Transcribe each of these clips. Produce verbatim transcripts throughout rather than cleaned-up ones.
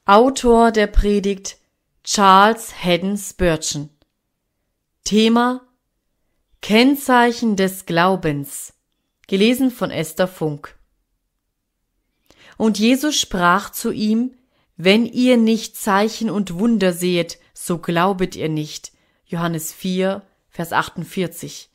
Autor der Predigt Charles Haddon Spurgeon. Thema Kennzeichen des Glaubens, gelesen von Esther Funk. Und Jesus sprach zu ihm: Wenn ihr nicht Zeichen und Wunder sehet, so glaubet ihr nicht. Johannes vier, Vers achtundvierzig.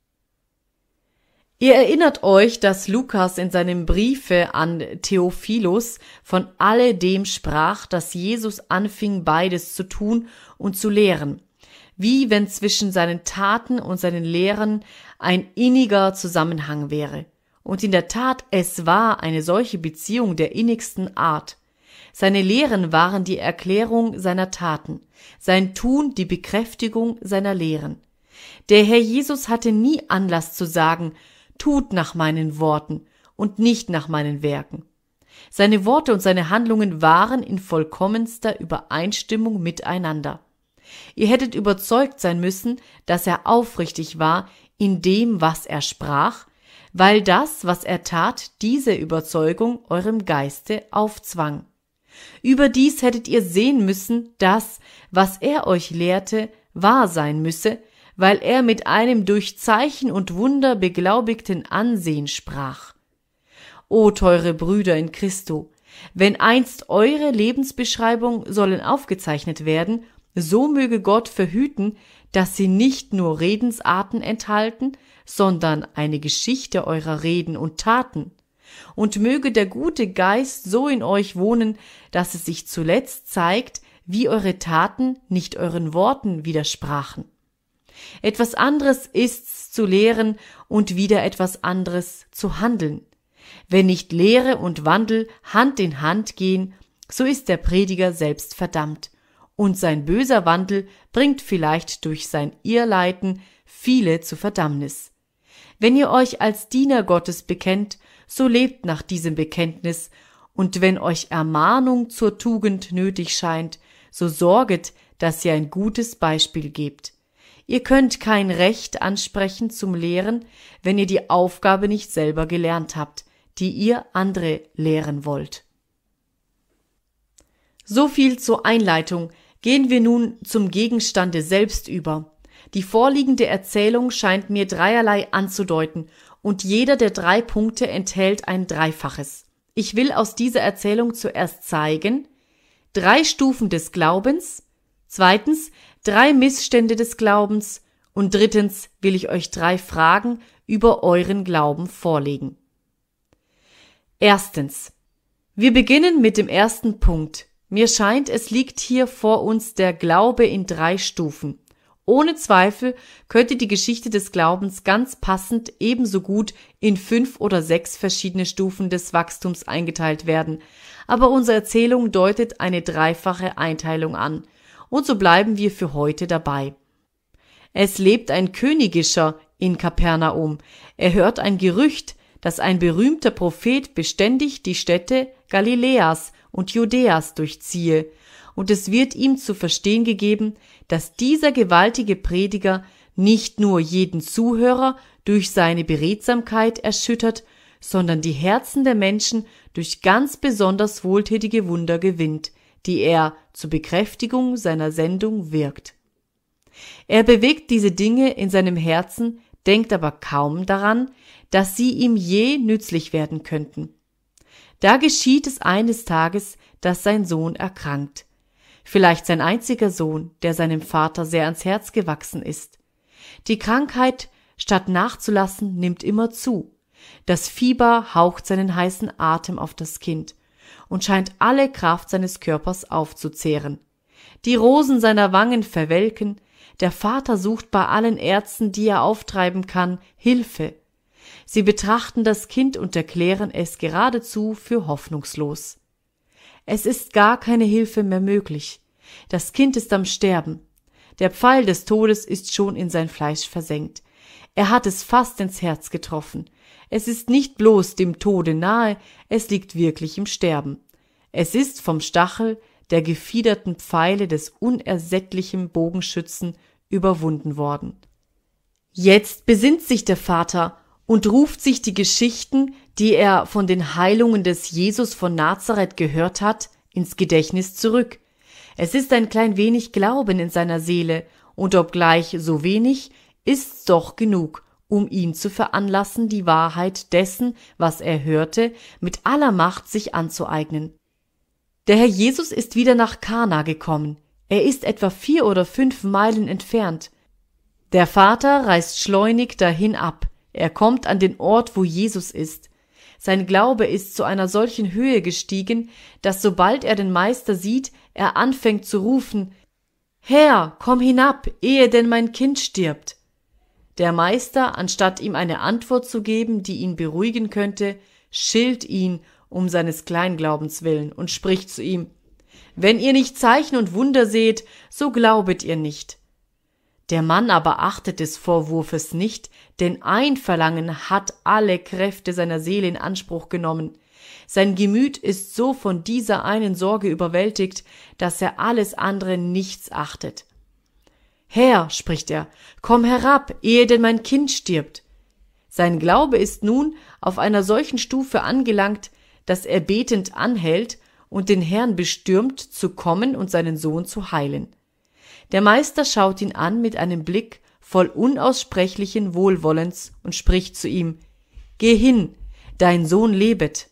Ihr erinnert euch, dass Lukas in seinem Briefe an Theophilus von alledem sprach, dass Jesus anfing, beides zu tun und zu lehren, wie wenn zwischen seinen Taten und seinen Lehren ein inniger Zusammenhang wäre. Und in der Tat, es war eine solche Beziehung der innigsten Art. Seine Lehren waren die Erklärung seiner Taten, sein Tun die Bekräftigung seiner Lehren. Der Herr Jesus hatte nie Anlass zu sagen: Tut nach meinen Worten und nicht nach meinen Werken. Seine Worte und seine Handlungen waren in vollkommenster Übereinstimmung miteinander. Ihr hättet überzeugt sein müssen, dass er aufrichtig war in dem, was er sprach, weil das, was er tat, diese Überzeugung eurem Geiste aufzwang. Überdies hättet ihr sehen müssen, dass, was er euch lehrte, wahr sein müsse, weil er mit einem durch Zeichen und Wunder beglaubigten Ansehen sprach. O teure Brüder in Christo, wenn einst eure Lebensbeschreibung sollen aufgezeichnet werden, so möge Gott verhüten, dass sie nicht nur Redensarten enthalten, sondern eine Geschichte eurer Reden und Taten. Und möge der gute Geist so in euch wohnen, dass es sich zuletzt zeigt, wie eure Taten nicht euren Worten widersprachen. Etwas anderes ist's zu lehren und wieder etwas anderes zu handeln. Wenn nicht Lehre und Wandel Hand in Hand gehen, so ist der Prediger selbst verdammt, und sein böser Wandel bringt vielleicht durch sein Irrleiten viele zu Verdammnis. Wenn ihr euch als Diener Gottes bekennt, so lebt nach diesem Bekenntnis, und wenn euch Ermahnung zur Tugend nötig scheint, so sorget, dass ihr ein gutes Beispiel gebt. Ihr könnt kein Recht ansprechen zum Lehren, wenn ihr die Aufgabe nicht selber gelernt habt, die ihr andere lehren wollt. So viel zur Einleitung. Gehen wir nun zum Gegenstande selbst über. Die vorliegende Erzählung scheint mir dreierlei anzudeuten, und jeder der drei Punkte enthält ein Dreifaches. Ich will aus dieser Erzählung zuerst zeigen: drei Stufen des Glaubens, zweitens drei Missstände des Glaubens und drittens will ich euch drei Fragen über euren Glauben vorlegen. Erstens. Wir beginnen mit dem ersten Punkt. Mir scheint, es liegt hier vor uns der Glaube in drei Stufen. Ohne Zweifel könnte die Geschichte des Glaubens ganz passend ebenso gut in fünf oder sechs verschiedene Stufen des Wachstums eingeteilt werden, aber unsere Erzählung deutet eine dreifache Einteilung an. Und so bleiben wir für heute dabei. Es lebt ein Königischer in Kapernaum. Er hört ein Gerücht, dass ein berühmter Prophet beständig die Städte Galiläas und Judäas durchziehe, und es wird ihm zu verstehen gegeben, dass dieser gewaltige Prediger nicht nur jeden Zuhörer durch seine Beredsamkeit erschüttert, sondern die Herzen der Menschen durch ganz besonders wohltätige Wunder gewinnt, die er zur Bekräftigung seiner Sendung wirkt. Er bewegt diese Dinge in seinem Herzen, denkt aber kaum daran, dass sie ihm je nützlich werden könnten. Da geschieht es eines Tages, dass sein Sohn erkrankt. Vielleicht sein einziger Sohn, der seinem Vater sehr ans Herz gewachsen ist. Die Krankheit, statt nachzulassen, nimmt immer zu. Das Fieber haucht seinen heißen Atem auf das Kind und scheint alle Kraft seines Körpers aufzuzehren. Die Rosen seiner Wangen verwelken, der Vater sucht bei allen Ärzten, die er auftreiben kann, Hilfe. Sie betrachten das Kind und erklären es geradezu für hoffnungslos. Es ist gar keine Hilfe mehr möglich. Das Kind ist am Sterben. Der Pfeil des Todes ist schon in sein Fleisch versenkt. Er hat es fast ins Herz getroffen. Es ist nicht bloß dem Tode nahe, es liegt wirklich im Sterben. Es ist vom Stachel der gefiederten Pfeile des unersättlichen Bogenschützen überwunden worden. Jetzt besinnt sich der Vater und ruft sich die Geschichten, die er von den Heilungen des Jesus von Nazareth gehört hat, ins Gedächtnis zurück. Es ist ein klein wenig Glauben in seiner Seele, und obgleich so wenig, ist's doch genug, um ihn zu veranlassen, die Wahrheit dessen, was er hörte, mit aller Macht sich anzueignen. Der Herr Jesus ist wieder nach Kana gekommen. Er ist etwa vier oder fünf Meilen entfernt. Der Vater reist schleunig dahin ab. Er kommt an den Ort, wo Jesus ist. Sein Glaube ist zu einer solchen Höhe gestiegen, dass sobald er den Meister sieht, er anfängt zu rufen: »Herr, komm hinab, ehe denn mein Kind stirbt!« Der Meister, anstatt ihm eine Antwort zu geben, die ihn beruhigen könnte, schilt ihn um seines Kleinglaubens willen und spricht zu ihm: »Wenn ihr nicht Zeichen und Wunder seht, so glaubet ihr nicht.« Der Mann aber achtet des Vorwurfes nicht, denn ein Verlangen hat alle Kräfte seiner Seele in Anspruch genommen. Sein Gemüt ist so von dieser einen Sorge überwältigt, dass er alles andere nichts achtet. »Herr«, spricht er, »komm herab, ehe denn mein Kind stirbt.« Sein Glaube ist nun auf einer solchen Stufe angelangt, dass er betend anhält und den Herrn bestürmt, zu kommen und seinen Sohn zu heilen. Der Meister schaut ihn an mit einem Blick voll unaussprechlichen Wohlwollens und spricht zu ihm: »Geh hin, dein Sohn lebet.«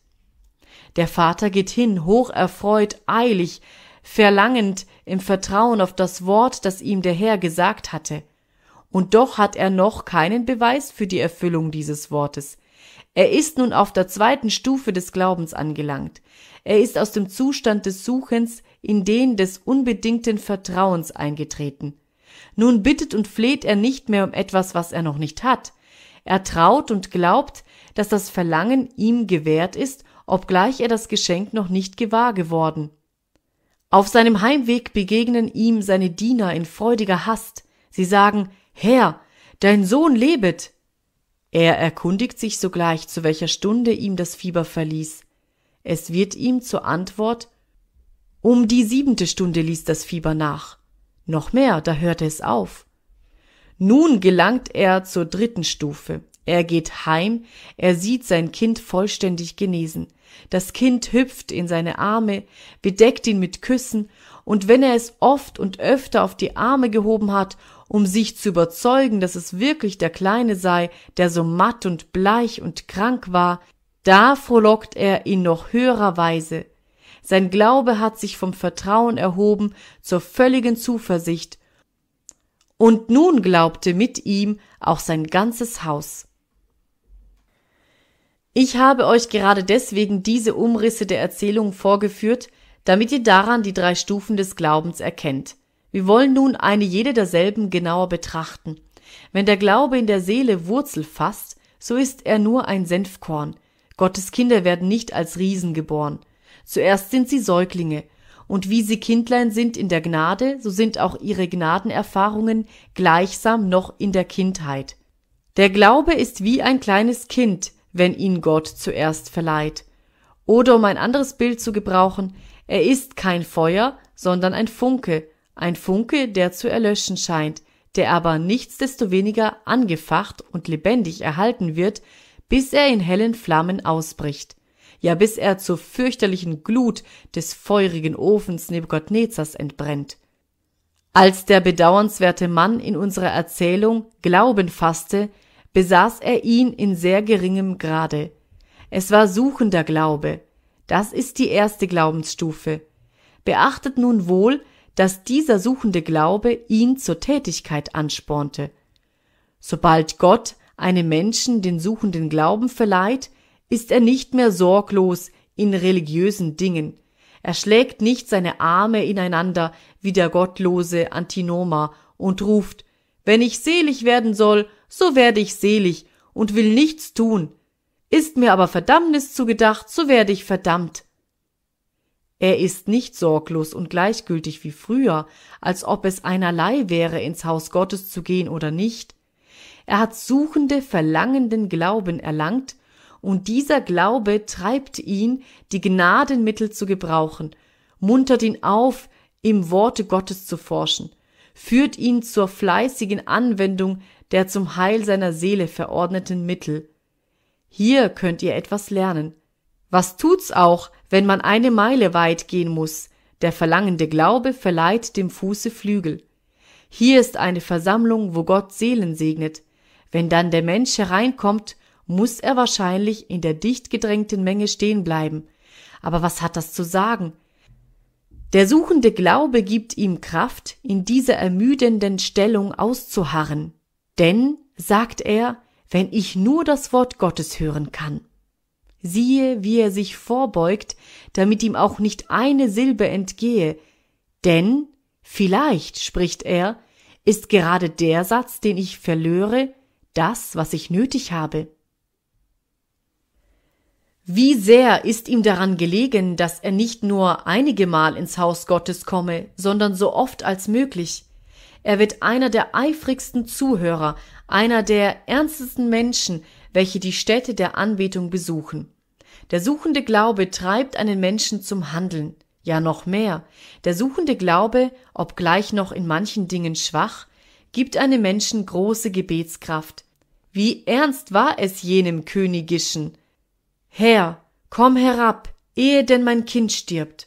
Der Vater geht hin, hoch erfreut, eilig, verlangend, im Vertrauen auf das Wort, das ihm der Herr gesagt hatte. Und doch hat er noch keinen Beweis für die Erfüllung dieses Wortes. Er ist nun auf der zweiten Stufe des Glaubens angelangt. Er ist aus dem Zustand des Suchens in den des unbedingten Vertrauens eingetreten. Nun bittet und fleht er nicht mehr um etwas, was er noch nicht hat. Er traut und glaubt, dass das Verlangen ihm gewährt ist, obgleich er das Geschenk noch nicht gewahr geworden. Auf seinem Heimweg begegnen ihm seine Diener in freudiger Hast. Sie sagen: »Herr, dein Sohn lebet!« Er erkundigt sich sogleich, zu welcher Stunde ihm das Fieber verließ. Es wird ihm zur Antwort: »Um die siebente Stunde ließ das Fieber nach.« Noch mehr, da hörte es auf. Nun gelangt er zur dritten Stufe. Er geht heim, er sieht sein Kind vollständig genesen. Das Kind hüpft in seine Arme, bedeckt ihn mit Küssen, und wenn er es oft und öfter auf die Arme gehoben hat, um sich zu überzeugen, dass es wirklich der Kleine sei, der so matt und bleich und krank war, da frohlockt er in noch höherer Weise. Sein Glaube hat sich vom Vertrauen erhoben zur völligen Zuversicht, und nun glaubte mit ihm auch sein ganzes Haus. Ich habe euch gerade deswegen diese Umrisse der Erzählung vorgeführt, damit ihr daran die drei Stufen des Glaubens erkennt. Wir wollen nun eine jede derselben genauer betrachten. Wenn der Glaube in der Seele Wurzel fasst, so ist er nur ein Senfkorn. Gottes Kinder werden nicht als Riesen geboren. Zuerst sind sie Säuglinge, und wie sie Kindlein sind in der Gnade, so sind auch ihre Gnadenerfahrungen gleichsam noch in der Kindheit. Der Glaube ist wie ein kleines Kind, wenn ihn Gott zuerst verleiht. Oder um ein anderes Bild zu gebrauchen, er ist kein Feuer, sondern ein Funke, ein Funke, der zu erlöschen scheint, der aber nichtsdestoweniger angefacht und lebendig erhalten wird, bis er in hellen Flammen ausbricht, ja bis er zur fürchterlichen Glut des feurigen Ofens Nebukadnezars entbrennt. Als der bedauernswerte Mann in unserer Erzählung Glauben fasste, besaß er ihn in sehr geringem Grade. Es war suchender Glaube. Das ist die erste Glaubensstufe. Beachtet nun wohl, dass dieser suchende Glaube ihn zur Tätigkeit anspornte. Sobald Gott einem Menschen den suchenden Glauben verleiht, ist er nicht mehr sorglos in religiösen Dingen. Er schlägt nicht seine Arme ineinander wie der gottlose Antinomar und ruft: »Wenn ich selig werden soll, so werde ich selig und will nichts tun. Ist mir aber Verdammnis zugedacht, so werde ich verdammt.« Er ist nicht sorglos und gleichgültig wie früher, als ob es einerlei wäre, ins Haus Gottes zu gehen oder nicht. Er hat suchende, verlangenden Glauben erlangt, und dieser Glaube treibt ihn, die Gnadenmittel zu gebrauchen, muntert ihn auf, im Worte Gottes zu forschen, führt ihn zur fleißigen Anwendung der zum Heil seiner Seele verordneten Mittel. Hier könnt ihr etwas lernen. Was tut's auch, wenn man eine Meile weit gehen muss, der verlangende Glaube verleiht dem Fuße Flügel. Hier ist eine Versammlung, wo Gott Seelen segnet. Wenn dann der Mensch hereinkommt, muss er wahrscheinlich in der dicht gedrängten Menge stehen bleiben. Aber was hat das zu sagen? Der suchende Glaube gibt ihm Kraft, in dieser ermüdenden Stellung auszuharren. Denn, sagt er, wenn ich nur das Wort Gottes hören kann. Siehe, wie er sich vorbeugt, damit ihm auch nicht eine Silbe entgehe. Denn, vielleicht, spricht er, ist gerade der Satz, den ich verlöre, das, was ich nötig habe. Wie sehr ist ihm daran gelegen, dass er nicht nur einige Mal ins Haus Gottes komme, sondern so oft als möglich. Er wird einer der eifrigsten Zuhörer, einer der ernstesten Menschen, welche die Stätte der Anbetung besuchen. Der suchende Glaube treibt einen Menschen zum Handeln. Ja, noch mehr. Der suchende Glaube, obgleich noch in manchen Dingen schwach, gibt einem Menschen große Gebetskraft. Wie ernst war es jenem Königischen? Herr, komm herab, ehe denn mein Kind stirbt.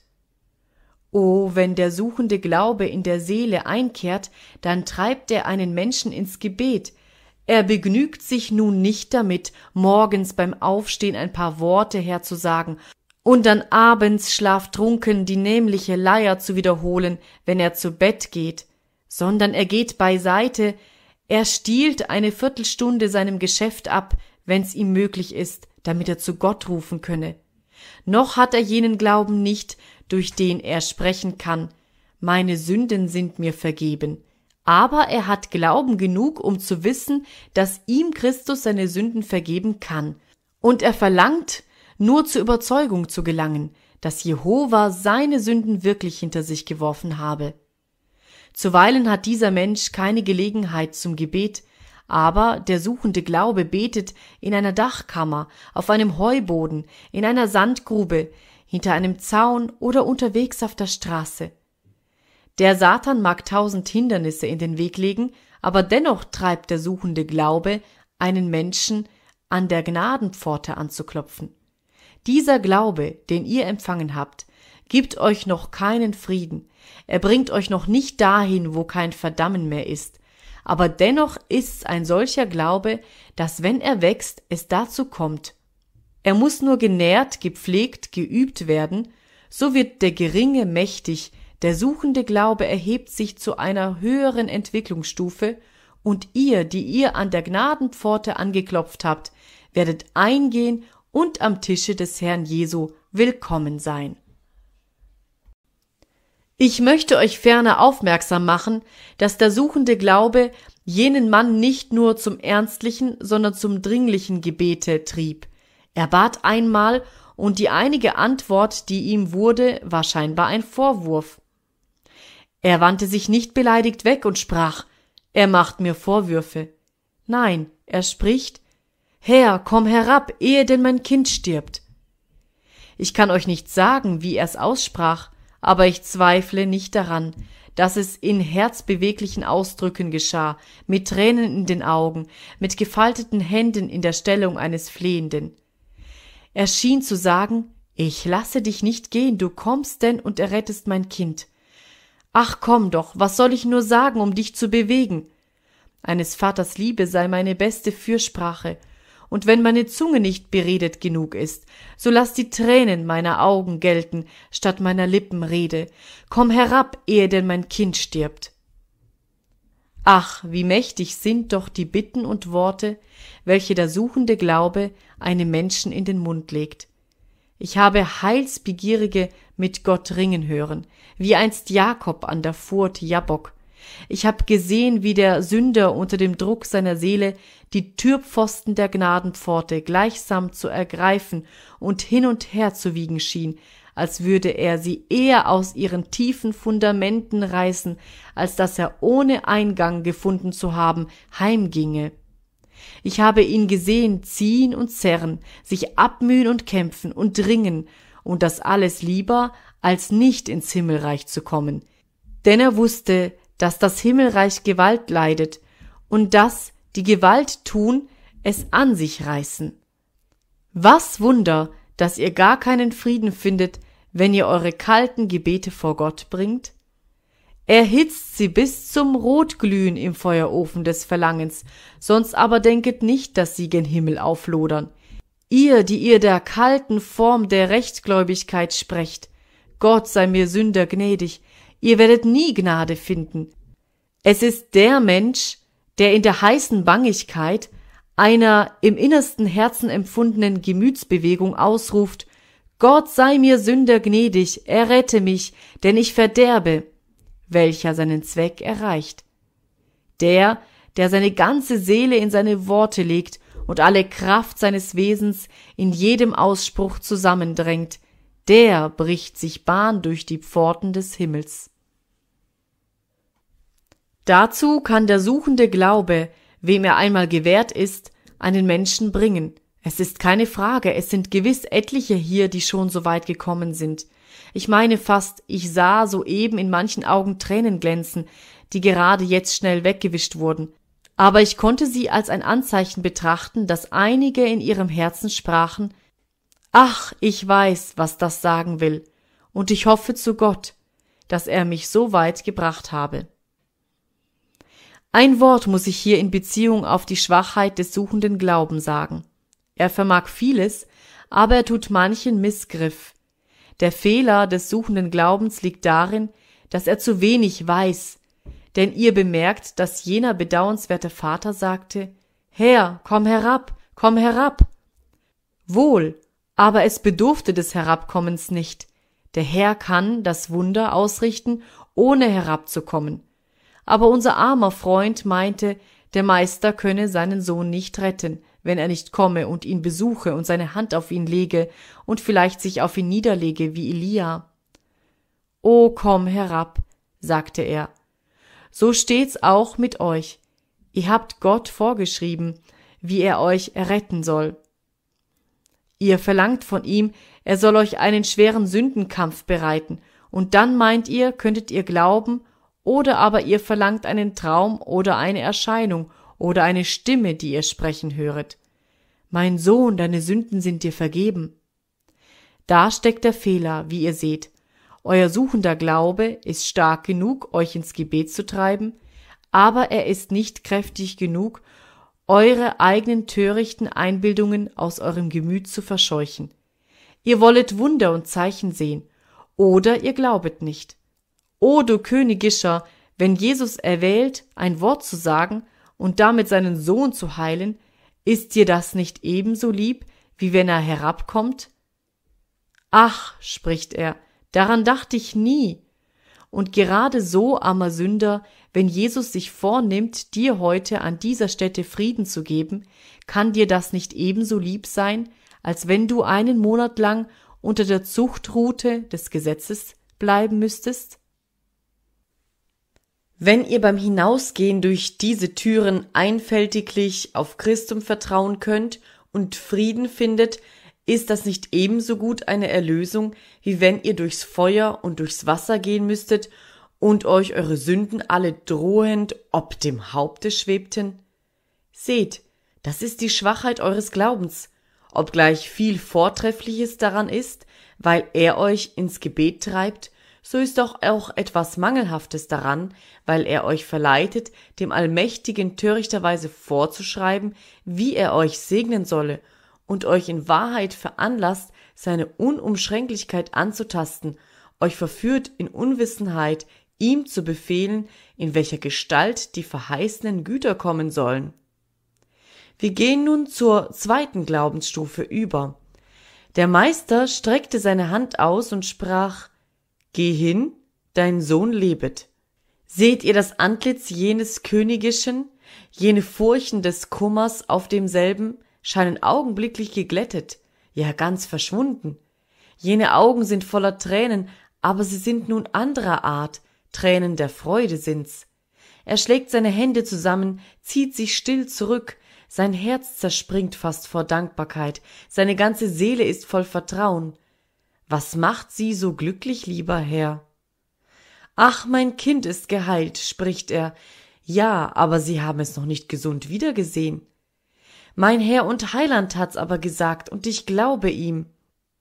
Oh, wenn der suchende Glaube in der Seele einkehrt, dann treibt er einen Menschen ins Gebet. Er begnügt sich nun nicht damit, morgens beim Aufstehen ein paar Worte herzusagen und dann abends schlaftrunken die nämliche Leier zu wiederholen, wenn er zu Bett geht, sondern er geht beiseite, er stiehlt eine Viertelstunde seinem Geschäft ab, wenn's ihm möglich ist, damit er zu Gott rufen könne. Noch hat er jenen Glauben nicht, durch den er sprechen kann, meine Sünden sind mir vergeben. Aber er hat Glauben genug, um zu wissen, dass ihm Christus seine Sünden vergeben kann. Und er verlangt, nur zur Überzeugung zu gelangen, dass Jehova seine Sünden wirklich hinter sich geworfen habe. Zuweilen hat dieser Mensch keine Gelegenheit zum Gebet, aber der suchende Glaube betet in einer Dachkammer, auf einem Heuboden, in einer Sandgrube, hinter einem Zaun oder unterwegs auf der Straße. Der Satan mag tausend Hindernisse in den Weg legen, aber dennoch treibt der suchende Glaube einen Menschen an der Gnadenpforte anzuklopfen. Dieser Glaube, den ihr empfangen habt, gibt euch noch keinen Frieden. Er bringt euch noch nicht dahin, wo kein Verdammen mehr ist. Aber dennoch ist's ein solcher Glaube, dass, wenn er wächst, es dazu kommt. Er muss nur genährt, gepflegt, geübt werden, so wird der Geringe mächtig, der suchende Glaube erhebt sich zu einer höheren Entwicklungsstufe, und ihr, die ihr an der Gnadenpforte angeklopft habt, werdet eingehen und am Tische des Herrn Jesu willkommen sein. Ich möchte euch ferner aufmerksam machen, dass der suchende Glaube jenen Mann nicht nur zum ernstlichen, sondern zum dringlichen Gebete trieb. Er bat einmal, und die einige Antwort, die ihm wurde, war scheinbar ein Vorwurf. Er wandte sich nicht beleidigt weg und sprach, er macht mir Vorwürfe. Nein, er spricht, Herr, komm herab, ehe denn mein Kind stirbt. Ich kann euch nicht sagen, wie er's aussprach, aber ich zweifle nicht daran, dass es in herzbeweglichen Ausdrücken geschah, mit Tränen in den Augen, mit gefalteten Händen in der Stellung eines Flehenden. Er schien zu sagen, ich lasse dich nicht gehen, du kommst denn und errettest mein Kind. Ach komm doch, was soll ich nur sagen, um dich zu bewegen? Eines Vaters Liebe sei meine beste Fürsprache, und wenn meine Zunge nicht beredet genug ist, so lass die Tränen meiner Augen gelten, statt meiner Lippen Rede. Komm herab, ehe denn mein Kind stirbt. Ach, wie mächtig sind doch die Bitten und Worte, welche der suchende Glaube einem Menschen in den Mund legt. Ich habe Heilsbegierige mit Gott ringen hören, wie einst Jakob an der Furt Jabbok. Ich habe gesehen, wie der Sünder unter dem Druck seiner Seele die Türpfosten der Gnadenpforte gleichsam zu ergreifen und hin und her zu wiegen schien, als würde er sie eher aus ihren tiefen Fundamenten reißen, als dass er ohne Eingang gefunden zu haben heimginge. Ich habe ihn gesehen ziehen und zerren, sich abmühen und kämpfen und ringen, und das alles lieber, als nicht ins Himmelreich zu kommen. Denn er wusste, dass das Himmelreich Gewalt leidet und dass, die Gewalt tun, es an sich reißen. Was Wunder, dass ihr gar keinen Frieden findet, wenn ihr eure kalten Gebete vor Gott bringt? Erhitzt sie bis zum Rotglühen im Feuerofen des Verlangens, sonst aber denket nicht, dass sie gen Himmel auflodern. Ihr, die ihr der kalten Form der Rechtgläubigkeit sprecht, Gott sei mir Sünder gnädig, ihr werdet nie Gnade finden. Es ist der Mensch, der in der heißen Bangigkeit einer im innersten Herzen empfundenen Gemütsbewegung ausruft, Gott sei mir Sünder gnädig, errette mich, denn ich verderbe, welcher seinen Zweck erreicht. Der, der seine ganze Seele in seine Worte legt und alle Kraft seines Wesens in jedem Ausspruch zusammendrängt, der bricht sich Bahn durch die Pforten des Himmels. Dazu kann der suchende Glaube, wem er einmal gewährt ist, einen Menschen bringen. Es ist keine Frage, es sind gewiss etliche hier, die schon so weit gekommen sind. Ich meine fast, ich sah soeben in manchen Augen Tränen glänzen, die gerade jetzt schnell weggewischt wurden. Aber ich konnte sie als ein Anzeichen betrachten, dass einige in ihrem Herzen sprachen, »Ach, ich weiß, was das sagen will, und ich hoffe zu Gott, dass er mich so weit gebracht habe.« Ein Wort muss ich hier in Beziehung auf die Schwachheit des suchenden Glauben sagen. Er vermag vieles, aber er tut manchen Missgriff. Der Fehler des suchenden Glaubens liegt darin, dass er zu wenig weiß, denn ihr bemerkt, dass jener bedauernswerte Vater sagte, »Herr, komm herab, komm herab!« Wohl, aber es bedurfte des Herabkommens nicht. Der Herr kann das Wunder ausrichten, ohne herabzukommen. Aber unser armer Freund meinte, der Meister könne seinen Sohn nicht retten, wenn er nicht komme und ihn besuche und seine Hand auf ihn lege und vielleicht sich auf ihn niederlege wie Elia. »O, komm herab«, sagte er. So steht's auch mit euch. Ihr habt Gott vorgeschrieben, wie er euch erretten soll. Ihr verlangt von ihm, er soll euch einen schweren Sündenkampf bereiten, und dann meint ihr, könntet ihr glauben, oder aber ihr verlangt einen Traum oder eine Erscheinung oder eine Stimme, die ihr sprechen höret. Mein Sohn, deine Sünden sind dir vergeben. Da steckt der Fehler, wie ihr seht. Euer suchender Glaube ist stark genug, euch ins Gebet zu treiben, aber er ist nicht kräftig genug, eure eigenen törichten Einbildungen aus eurem Gemüt zu verscheuchen. Ihr wollet Wunder und Zeichen sehen, oder ihr glaubet nicht. O du Königischer, wenn Jesus erwählt, ein Wort zu sagen und damit seinen Sohn zu heilen, ist dir das nicht ebenso lieb, wie wenn er herabkommt? Ach, spricht er, daran dachte ich nie. Und gerade so, armer Sünder, wenn Jesus sich vornimmt, dir heute an dieser Stätte Frieden zu geben, kann dir das nicht ebenso lieb sein, als wenn du einen Monat lang unter der Zuchtrute des Gesetzes bleiben müsstest? Wenn ihr beim Hinausgehen durch diese Türen einfältiglich auf Christum vertrauen könnt und Frieden findet, ist das nicht ebenso gut eine Erlösung, wie wenn ihr durchs Feuer und durchs Wasser gehen müsstet und euch eure Sünden alle drohend ob dem Haupte schwebten? Seht, das ist die Schwachheit eures Glaubens, obgleich viel Vortreffliches daran ist, weil er euch ins Gebet treibt, so ist doch auch etwas Mangelhaftes daran, weil er euch verleitet, dem Allmächtigen törichterweise vorzuschreiben, wie er euch segnen solle, und euch in Wahrheit veranlasst, seine Unumschränklichkeit anzutasten, euch verführt in Unwissenheit, ihm zu befehlen, in welcher Gestalt die verheißenen Güter kommen sollen. Wir gehen nun zur zweiten Glaubensstufe über. Der Meister streckte seine Hand aus und sprach, »Geh hin, dein Sohn lebet.« Seht ihr das Antlitz jenes Königischen, jene Furchen des Kummers auf demselben, scheinen augenblicklich geglättet, ja ganz verschwunden. Jene Augen sind voller Tränen, aber sie sind nun anderer Art, Tränen der Freude sind's. Er schlägt seine Hände zusammen, zieht sich still zurück, sein Herz zerspringt fast vor Dankbarkeit, seine ganze Seele ist voll Vertrauen. Was macht sie so glücklich, lieber Herr? »Ach, mein Kind ist geheilt«, spricht er. »Ja, aber Sie haben es noch nicht gesund wiedergesehen.« »Mein Herr und Heiland hat's aber gesagt, und ich glaube ihm.«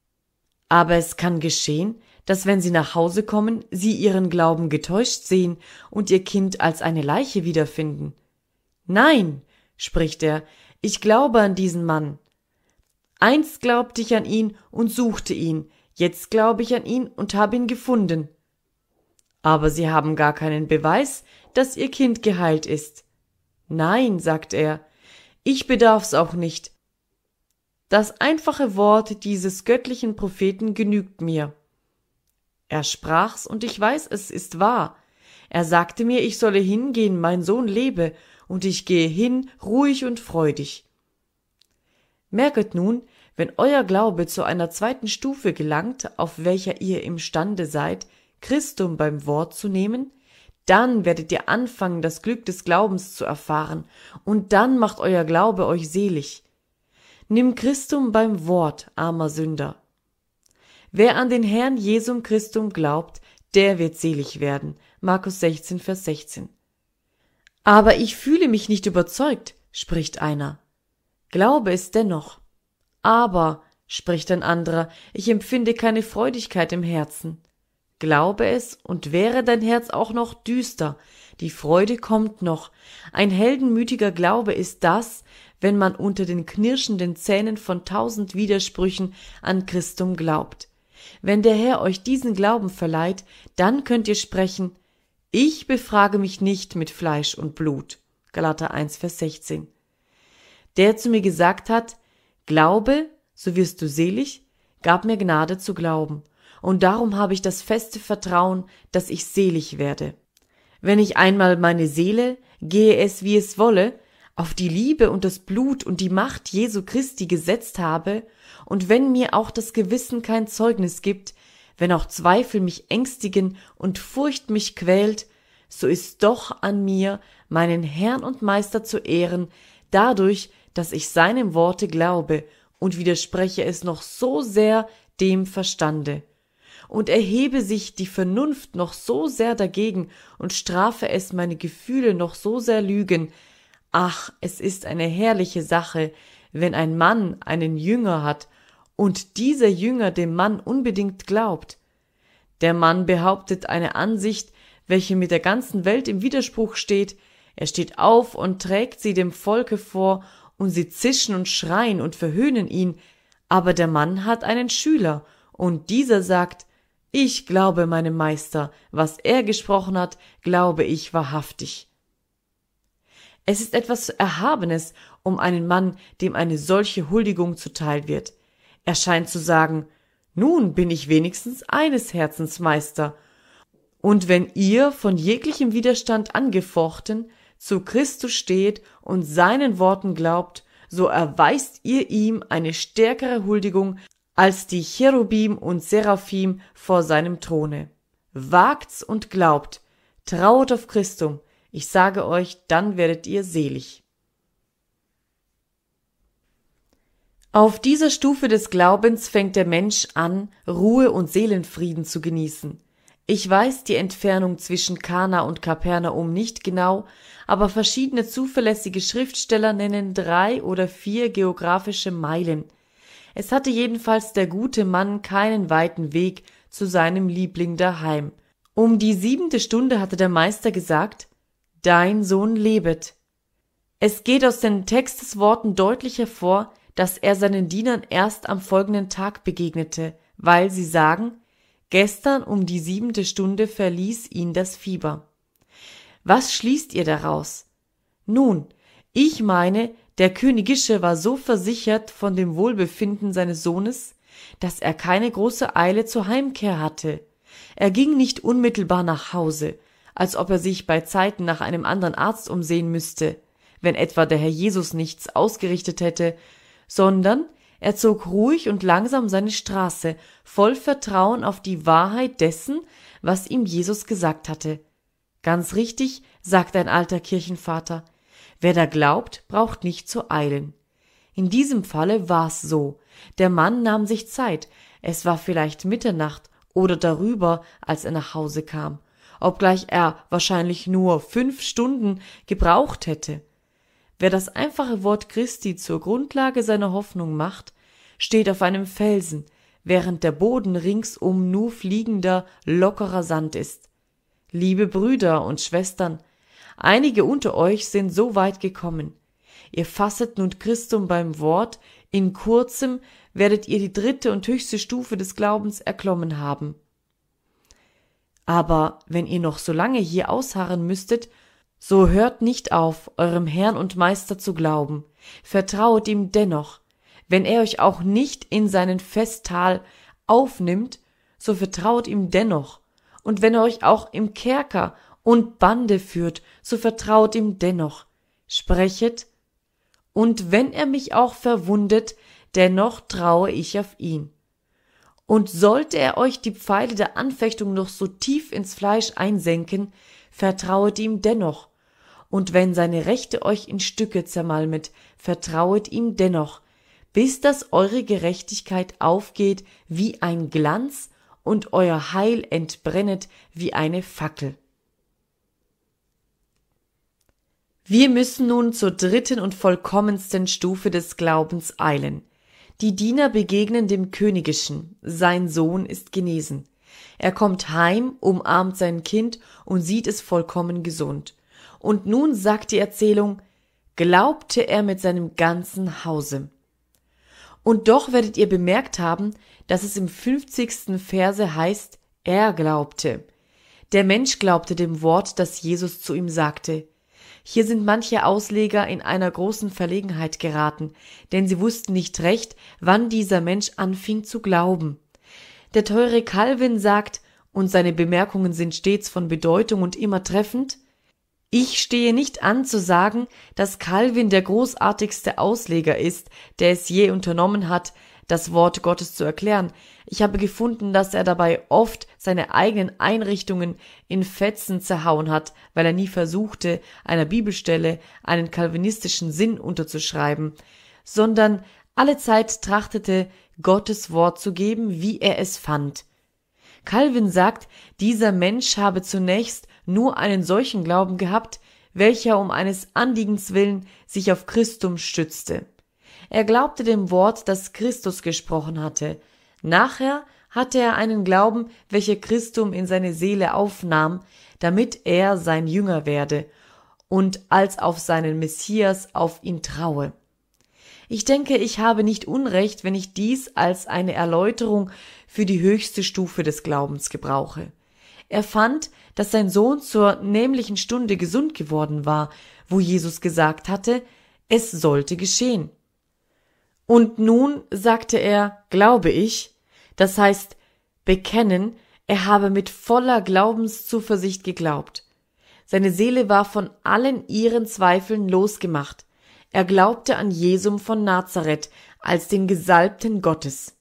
Aber es kann geschehen, dass wenn sie nach Hause kommen, sie ihren Glauben getäuscht sehen und ihr Kind als eine Leiche wiederfinden. Nein, spricht er, ich glaube an diesen Mann. Einst glaubte ich an ihn und suchte ihn, jetzt glaube ich an ihn und habe ihn gefunden. Aber sie haben gar keinen Beweis, dass ihr Kind geheilt ist. Nein, sagt er, ich bedarf's auch nicht. Das einfache Wort dieses göttlichen Propheten genügt mir. Er sprach's, und ich weiß, es ist wahr. Er sagte mir, ich solle hingehen, mein Sohn lebe, und ich gehe hin, ruhig und freudig. Merket nun, wenn euer Glaube zu einer zweiten Stufe gelangt, auf welcher ihr imstande seid, Christum beim Wort zu nehmen, dann werdet ihr anfangen, das Glück des Glaubens zu erfahren, und dann macht euer Glaube euch selig. Nimm Christum beim Wort, armer Sünder. Wer an den Herrn Jesum Christum glaubt, der wird selig werden. Markus sechzehn, Vers sechzehn. Aber ich fühle mich nicht überzeugt, spricht einer. Glaube es dennoch. Aber, spricht ein anderer, ich empfinde keine Freudigkeit im Herzen. Glaube es, und wäre dein Herz auch noch düster, die Freude kommt noch. Ein heldenmütiger Glaube ist das, wenn man unter den knirschenden Zähnen von tausend Widersprüchen an Christum glaubt. Wenn der Herr euch diesen Glauben verleiht, dann könnt ihr sprechen, ich befrage mich nicht mit Fleisch und Blut. Galater eins, Vers sechzehn. Der zu mir gesagt hat, glaube, so wirst du selig, gab mir Gnade zu glauben. Und darum habe ich das feste Vertrauen, dass ich selig werde. Wenn ich einmal meine Seele, gehe es wie es wolle, auf die Liebe und das Blut und die Macht Jesu Christi gesetzt habe, und wenn mir auch das Gewissen kein Zeugnis gibt, wenn auch Zweifel mich ängstigen und Furcht mich quält, so ist doch an mir, meinen Herrn und Meister zu ehren, dadurch, dass ich seinem Worte glaube und widerspreche es noch so sehr dem Verstande. Und erhebe sich die Vernunft noch so sehr dagegen und strafe es meine Gefühle noch so sehr lügen. Ach, es ist eine herrliche Sache, wenn ein Mann einen Jünger hat und dieser Jünger dem Mann unbedingt glaubt. Der Mann behauptet eine Ansicht, welche mit der ganzen Welt im Widerspruch steht. Er steht auf und trägt sie dem Volke vor, und sie zischen und schreien und verhöhnen ihn. Aber der Mann hat einen Schüler, und dieser sagt, ich glaube meinem Meister, was er gesprochen hat, glaube ich wahrhaftig. Es ist etwas Erhabenes um einen Mann, dem eine solche Huldigung zuteil wird. Er scheint zu sagen, nun bin ich wenigstens eines Herzens Meister. Und wenn ihr von jeglichem Widerstand angefochten zu Christus steht und seinen Worten glaubt, so erweist ihr ihm eine stärkere Huldigung als die Cherubim und Seraphim vor seinem Throne. Wagt's und glaubt, trauet auf Christum, ich sage euch, dann werdet ihr selig. Auf dieser Stufe des Glaubens fängt der Mensch an, Ruhe und Seelenfrieden zu genießen. Ich weiß die Entfernung zwischen Kana und Kapernaum nicht genau, aber verschiedene zuverlässige Schriftsteller nennen drei oder vier geografische Meilen. Es hatte jedenfalls der gute Mann keinen weiten Weg zu seinem Liebling daheim. Um die siebente Stunde hatte der Meister gesagt, dein Sohn lebet. Es geht aus den Textesworten deutlich hervor, dass er seinen Dienern erst am folgenden Tag begegnete, weil sie sagen, gestern um die siebente Stunde verließ ihn das Fieber. Was schließt ihr daraus? Nun, ich meine, der Königische war so versichert von dem Wohlbefinden seines Sohnes, dass er keine große Eile zur Heimkehr hatte. Er ging nicht unmittelbar nach Hause, als ob er sich bei Zeiten nach einem anderen Arzt umsehen müsste, wenn etwa der Herr Jesus nichts ausgerichtet hätte, sondern er zog ruhig und langsam seine Straße, voll Vertrauen auf die Wahrheit dessen, was ihm Jesus gesagt hatte. Ganz richtig, sagt ein alter Kirchenvater, wer da glaubt, braucht nicht zu eilen. In diesem Falle war's so. Der Mann nahm sich Zeit, es war vielleicht Mitternacht oder darüber, als er nach Hause kam, obgleich er wahrscheinlich nur fünf Stunden gebraucht hätte. Wer das einfache Wort Christi zur Grundlage seiner Hoffnung macht, steht auf einem Felsen, während der Boden ringsum nur fliegender, lockerer Sand ist. Liebe Brüder und Schwestern, einige unter euch sind so weit gekommen. Ihr fasset nun Christum beim Wort, in kurzem werdet ihr die dritte und höchste Stufe des Glaubens erklommen haben. Aber wenn ihr noch so lange hier ausharren müsstet, so hört nicht auf, eurem Herrn und Meister zu glauben, vertrauet ihm dennoch. Wenn er euch auch nicht in seinen Festtal aufnimmt, so vertrauet ihm dennoch. Und wenn er euch auch im Kerker und Bande führt, so vertrauet ihm dennoch. Sprechet, und wenn er mich auch verwundet, dennoch traue ich auf ihn. Und sollte er euch die Pfeile der Anfechtung noch so tief ins Fleisch einsenken, vertrauet ihm dennoch. Und wenn seine Rechte euch in Stücke zermalmet, vertrauet ihm dennoch, bis dass eure Gerechtigkeit aufgeht wie ein Glanz und euer Heil entbrennet wie eine Fackel. Wir müssen nun zur dritten und vollkommensten Stufe des Glaubens eilen. Die Diener begegnen dem Königischen, sein Sohn ist genesen. Er kommt heim, umarmt sein Kind und sieht es vollkommen gesund. Und nun sagt die Erzählung, glaubte er mit seinem ganzen Hause. Und doch werdet ihr bemerkt haben, dass es im fünfzigsten Verse heißt, er glaubte. Der Mensch glaubte dem Wort, das Jesus zu ihm sagte. Hier sind manche Ausleger in einer großen Verlegenheit geraten, denn sie wussten nicht recht, wann dieser Mensch anfing zu glauben. Der teure Calvin sagt, und seine Bemerkungen sind stets von Bedeutung und immer treffend, ich stehe nicht an zu sagen, dass Calvin der großartigste Ausleger ist, der es je unternommen hat, das Wort Gottes zu erklären. Ich habe gefunden, dass er dabei oft seine eigenen Einrichtungen in Fetzen zerhauen hat, weil er nie versuchte, einer Bibelstelle einen calvinistischen Sinn unterzuschreiben, sondern allezeit trachtete, Gottes Wort zu geben, wie er es fand. Calvin sagt, dieser Mensch habe zunächst nur einen solchen Glauben gehabt, welcher um eines Anliegens willen sich auf Christum stützte. Er glaubte dem Wort, das Christus gesprochen hatte. Nachher hatte er einen Glauben, welcher Christum in seine Seele aufnahm, damit er sein Jünger werde und als auf seinen Messias auf ihn traue. Ich denke, ich habe nicht Unrecht, wenn ich dies als eine Erläuterung für die höchste Stufe des Glaubens gebrauche. Er fand, dass sein Sohn zur nämlichen Stunde gesund geworden war, wo Jesus gesagt hatte, es sollte geschehen. Und nun, sagte er, glaube ich, das heißt, bekennen, er habe mit voller Glaubenszuversicht geglaubt. Seine Seele war von allen ihren Zweifeln losgemacht. Er glaubte an Jesum von Nazareth als den Gesalbten Gottes.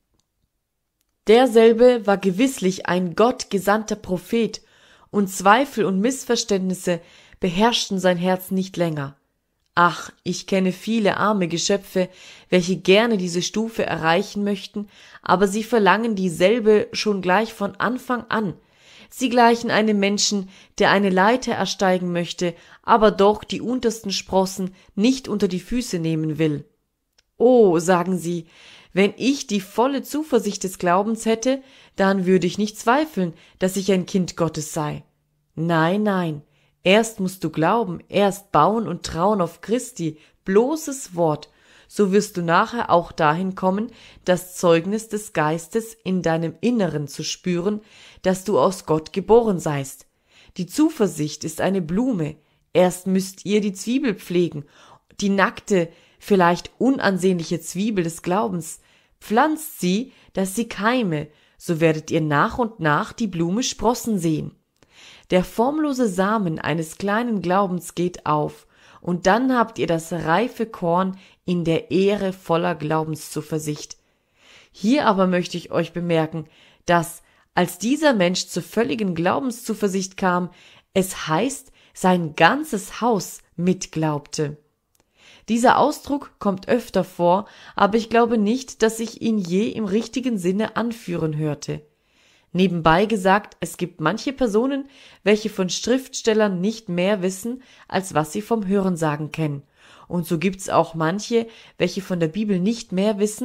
Derselbe war gewisslich ein gottgesandter Prophet, und Zweifel und Missverständnisse beherrschten sein Herz nicht länger. Ach, ich kenne viele arme Geschöpfe, welche gerne diese Stufe erreichen möchten, aber sie verlangen dieselbe schon gleich von Anfang an. Sie gleichen einem Menschen, der eine Leiter ersteigen möchte, aber doch die untersten Sprossen nicht unter die Füße nehmen will. Oh, sagen sie, wenn ich die volle Zuversicht des Glaubens hätte, dann würde ich nicht zweifeln, dass ich ein Kind Gottes sei. Nein, nein, erst musst du glauben, erst bauen und trauen auf Christi, bloßes Wort, so wirst du nachher auch dahin kommen, das Zeugnis des Geistes in deinem Inneren zu spüren, dass du aus Gott geboren seist. Die Zuversicht ist eine Blume, erst müsst ihr die Zwiebel pflegen, die nackte, vielleicht unansehnliche Zwiebel des Glaubens, pflanzt sie, dass sie keime, so werdet ihr nach und nach die Blume sprossen sehen. Der formlose Samen eines kleinen Glaubens geht auf, und dann habt ihr das reife Korn in der Ehre voller Glaubenszuversicht. Hier aber möchte ich euch bemerken, dass, als dieser Mensch zur völligen Glaubenszuversicht kam, es heißt, sein ganzes Haus mitglaubte. Dieser Ausdruck kommt öfter vor, aber ich glaube nicht, dass ich ihn je im richtigen Sinne anführen hörte. Nebenbei gesagt, es gibt manche Personen, welche von Schriftstellern nicht mehr wissen, als was sie vom Hörensagen kennen. Und so gibt's auch manche, welche von der Bibel nicht mehr wissen,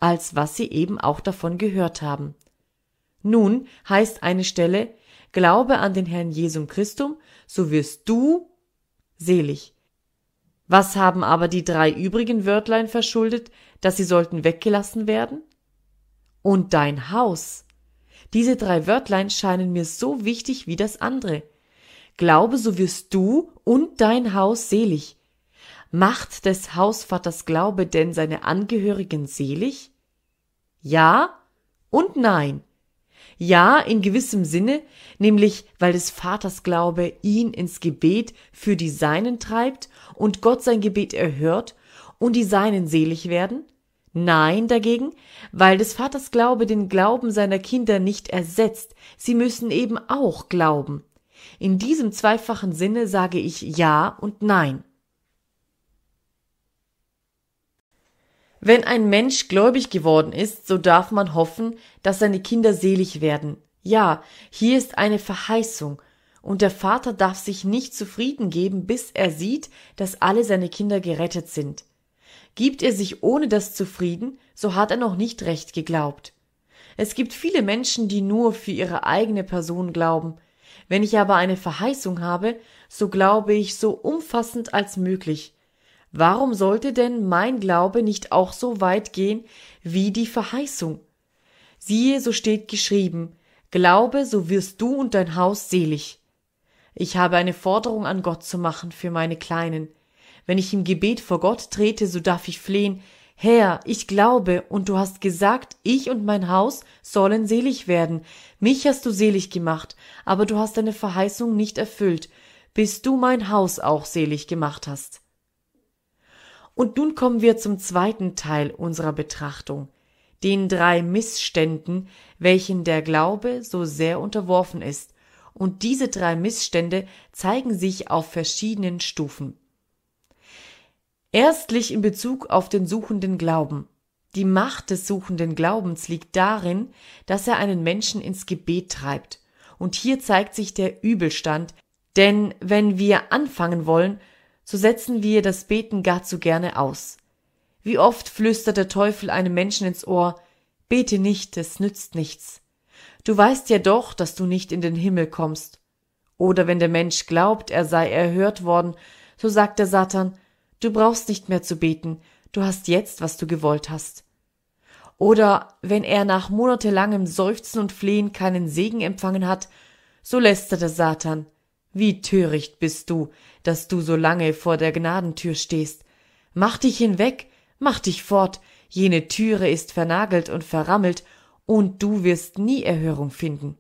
als was sie eben auch davon gehört haben. Nun heißt eine Stelle, Glaube an den Herrn Jesum Christum, so wirst du selig. Was haben aber die drei übrigen Wörtlein verschuldet, dass sie sollten weggelassen werden? Und dein Haus. Diese drei Wörtlein scheinen mir so wichtig wie das andere. Glaube, so wirst du und dein Haus selig. Macht des Hausvaters Glaube denn seine Angehörigen selig? Ja und nein. Ja, in gewissem Sinne, nämlich weil des Vaters Glaube ihn ins Gebet für die Seinen treibt und Gott sein Gebet erhört und die Seinen selig werden. Nein dagegen, weil des Vaters Glaube den Glauben seiner Kinder nicht ersetzt, sie müssen eben auch glauben. In diesem zweifachen Sinne sage ich Ja und Nein. Wenn ein Mensch gläubig geworden ist, so darf man hoffen, dass seine Kinder selig werden. Ja, hier ist eine Verheißung, und der Vater darf sich nicht zufrieden geben, bis er sieht, dass alle seine Kinder gerettet sind. Gibt er sich ohne das zufrieden, so hat er noch nicht recht geglaubt. Es gibt viele Menschen, die nur für ihre eigene Person glauben. Wenn ich aber eine Verheißung habe, so glaube ich so umfassend als möglich. Warum sollte denn mein Glaube nicht auch so weit gehen wie die Verheißung? Siehe, so steht geschrieben, Glaube, so wirst du und dein Haus selig. Ich habe eine Forderung an Gott zu machen für meine Kleinen. Wenn ich im Gebet vor Gott trete, so darf ich flehen, Herr, ich glaube, und du hast gesagt, ich und mein Haus sollen selig werden. Mich hast du selig gemacht, aber du hast deine Verheißung nicht erfüllt, bis du mein Haus auch selig gemacht hast. Und nun kommen wir zum zweiten Teil unserer Betrachtung, den drei Missständen, welchen der Glaube so sehr unterworfen ist. Und diese drei Missstände zeigen sich auf verschiedenen Stufen. Erstlich in Bezug auf den suchenden Glauben. Die Macht des suchenden Glaubens liegt darin, dass er einen Menschen ins Gebet treibt. Und hier zeigt sich der Übelstand, denn wenn wir anfangen wollen, so setzen wir das Beten gar zu gerne aus. Wie oft flüstert der Teufel einem Menschen ins Ohr, bete nicht, es nützt nichts. Du weißt ja doch, dass du nicht in den Himmel kommst. Oder wenn der Mensch glaubt, er sei erhört worden, so sagt der Satan, du brauchst nicht mehr zu beten, du hast jetzt, was du gewollt hast. Oder wenn er nach monatelangem Seufzen und Flehen keinen Segen empfangen hat, so lästert der Satan, wie töricht bist du, dass du so lange vor der Gnadentür stehst. Mach dich hinweg, mach dich fort, jene Türe ist vernagelt und verrammelt, und du wirst nie Erhörung finden.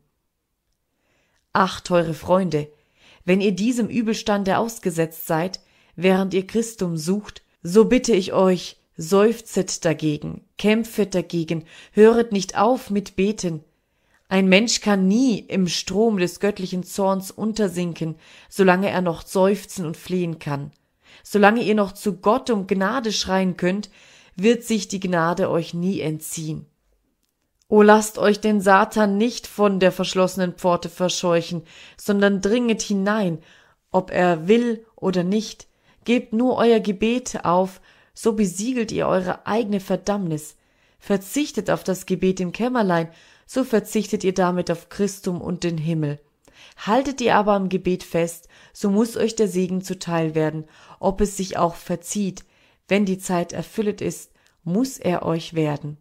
Ach, teure Freunde, wenn ihr diesem Übelstande ausgesetzt seid, während ihr Christum sucht, so bitte ich euch, seufzet dagegen, kämpfet dagegen, höret nicht auf mit Beten. Ein Mensch kann nie im Strom des göttlichen Zorns untersinken, solange er noch seufzen und flehen kann. Solange ihr noch zu Gott um Gnade schreien könnt, wird sich die Gnade euch nie entziehen. O lasst euch den Satan nicht von der verschlossenen Pforte verscheuchen, sondern dringet hinein, ob er will oder nicht. Gebt nur euer Gebet auf, so besiegelt ihr eure eigene Verdammnis. Verzichtet auf das Gebet im Kämmerlein, so verzichtet ihr damit auf Christum und den Himmel. Haltet ihr aber am Gebet fest, so muß euch der Segen zuteil werden, ob es sich auch verzieht. Wenn die Zeit erfüllet ist, muß er euch werden.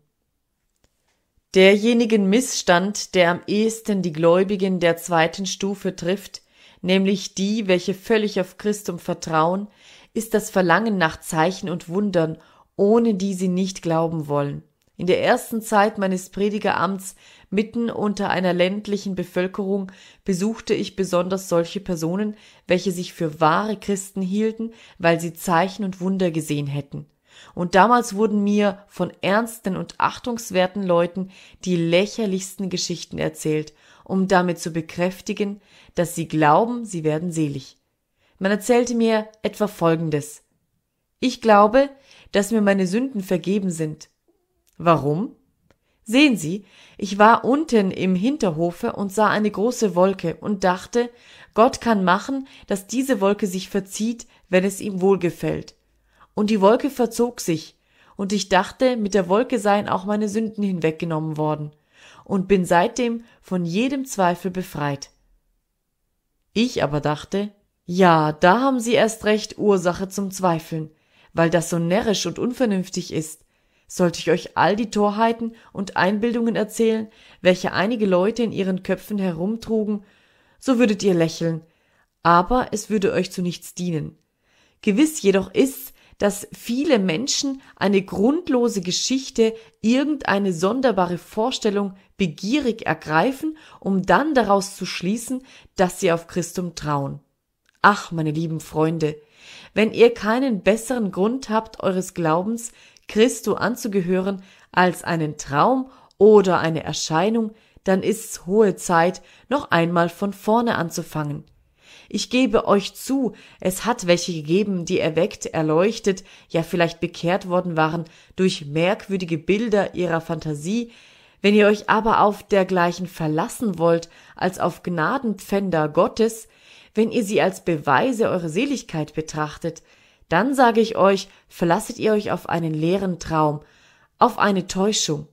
Derjenigen Missstand, der am ehesten die Gläubigen der zweiten Stufe trifft, nämlich die, welche völlig auf Christum vertrauen, ist das Verlangen nach Zeichen und Wundern, ohne die sie nicht glauben wollen. In der ersten Zeit meines Predigeramts mitten unter einer ländlichen Bevölkerung besuchte ich besonders solche Personen, welche sich für wahre Christen hielten, weil sie Zeichen und Wunder gesehen hätten. Und damals wurden mir von ernsten und achtungswerten Leuten die lächerlichsten Geschichten erzählt, um damit zu bekräftigen, dass sie glauben, sie werden selig. Man erzählte mir etwa Folgendes: Ich glaube, dass mir meine Sünden vergeben sind. Warum? Sehen Sie, ich war unten im Hinterhofe und sah eine große Wolke und dachte, Gott kann machen, dass diese Wolke sich verzieht, wenn es ihm wohlgefällt. Und die Wolke verzog sich, und ich dachte, mit der Wolke seien auch meine Sünden hinweggenommen worden und bin seitdem von jedem Zweifel befreit. Ich aber dachte, ja, da haben Sie erst recht Ursache zum Zweifeln, weil das so närrisch und unvernünftig ist. Sollte ich euch all die Torheiten und Einbildungen erzählen, welche einige Leute in ihren Köpfen herumtrugen, so würdet ihr lächeln, aber es würde euch zu nichts dienen. Gewiss jedoch ist, dass viele Menschen eine grundlose Geschichte, irgendeine sonderbare Vorstellung begierig ergreifen, um dann daraus zu schließen, dass sie auf Christum trauen. Ach, meine lieben Freunde, wenn ihr keinen besseren Grund habt, eures Glaubens Christo anzugehören, als einen Traum oder eine Erscheinung, dann ist's hohe Zeit, noch einmal von vorne anzufangen. Ich gebe euch zu, es hat welche gegeben, die erweckt, erleuchtet, ja vielleicht bekehrt worden waren durch merkwürdige Bilder ihrer Fantasie. Wenn ihr euch aber auf dergleichen verlassen wollt, als auf Gnadenpfänder Gottes, wenn ihr sie als Beweise eurer Seligkeit betrachtet, dann sage ich euch, verlasset ihr euch auf einen leeren Traum, auf eine Täuschung.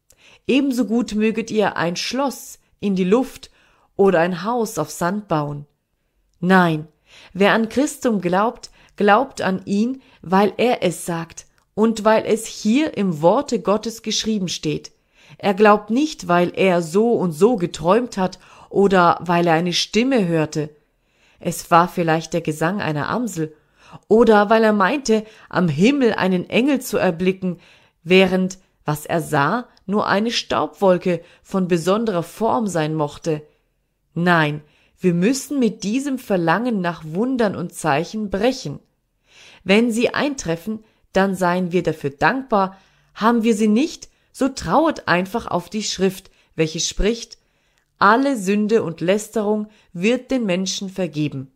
Ebenso gut möget ihr ein Schloss in die Luft oder ein Haus auf Sand bauen. Nein, wer an Christum glaubt, glaubt an ihn, weil er es sagt und weil es hier im Worte Gottes geschrieben steht. Er glaubt nicht, weil er so und so geträumt hat oder weil er eine Stimme hörte. Es war vielleicht der Gesang einer Amsel oder weil er meinte, am Himmel einen Engel zu erblicken, während, was er sah, nur eine Staubwolke von besonderer Form sein mochte. Nein, wir müssen mit diesem Verlangen nach Wundern und Zeichen brechen. Wenn sie eintreffen, dann seien wir dafür dankbar, haben wir sie nicht, so trauet einfach auf die Schrift, welche spricht, alle Sünde und Lästerung wird den Menschen vergeben.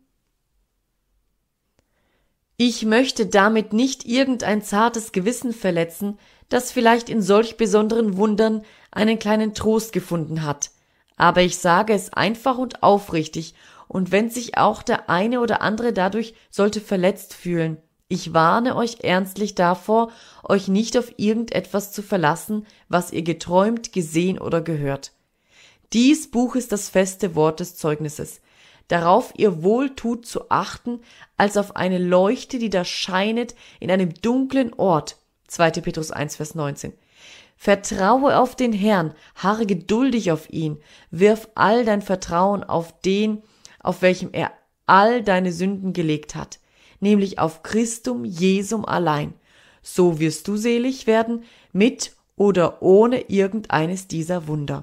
Ich möchte damit nicht irgendein zartes Gewissen verletzen, das vielleicht in solch besonderen Wundern einen kleinen Trost gefunden hat. Aber ich sage es einfach und aufrichtig, und wenn sich auch der eine oder andere dadurch sollte verletzt fühlen, ich warne euch ernstlich davor, euch nicht auf irgendetwas zu verlassen, was ihr geträumt, gesehen oder gehört. Dies Buch ist das feste Wort des Zeugnisses, darauf ihr wohl tut zu achten, als auf eine Leuchte, die da scheinet in einem dunklen Ort. zweiter Petrus eins, Vers neunzehn. Vertraue auf den Herrn, harre geduldig auf ihn, wirf all dein Vertrauen auf den, auf welchem er all deine Sünden gelegt hat, nämlich auf Christum Jesum allein. So wirst du selig werden, mit oder ohne irgendeines dieser Wunder.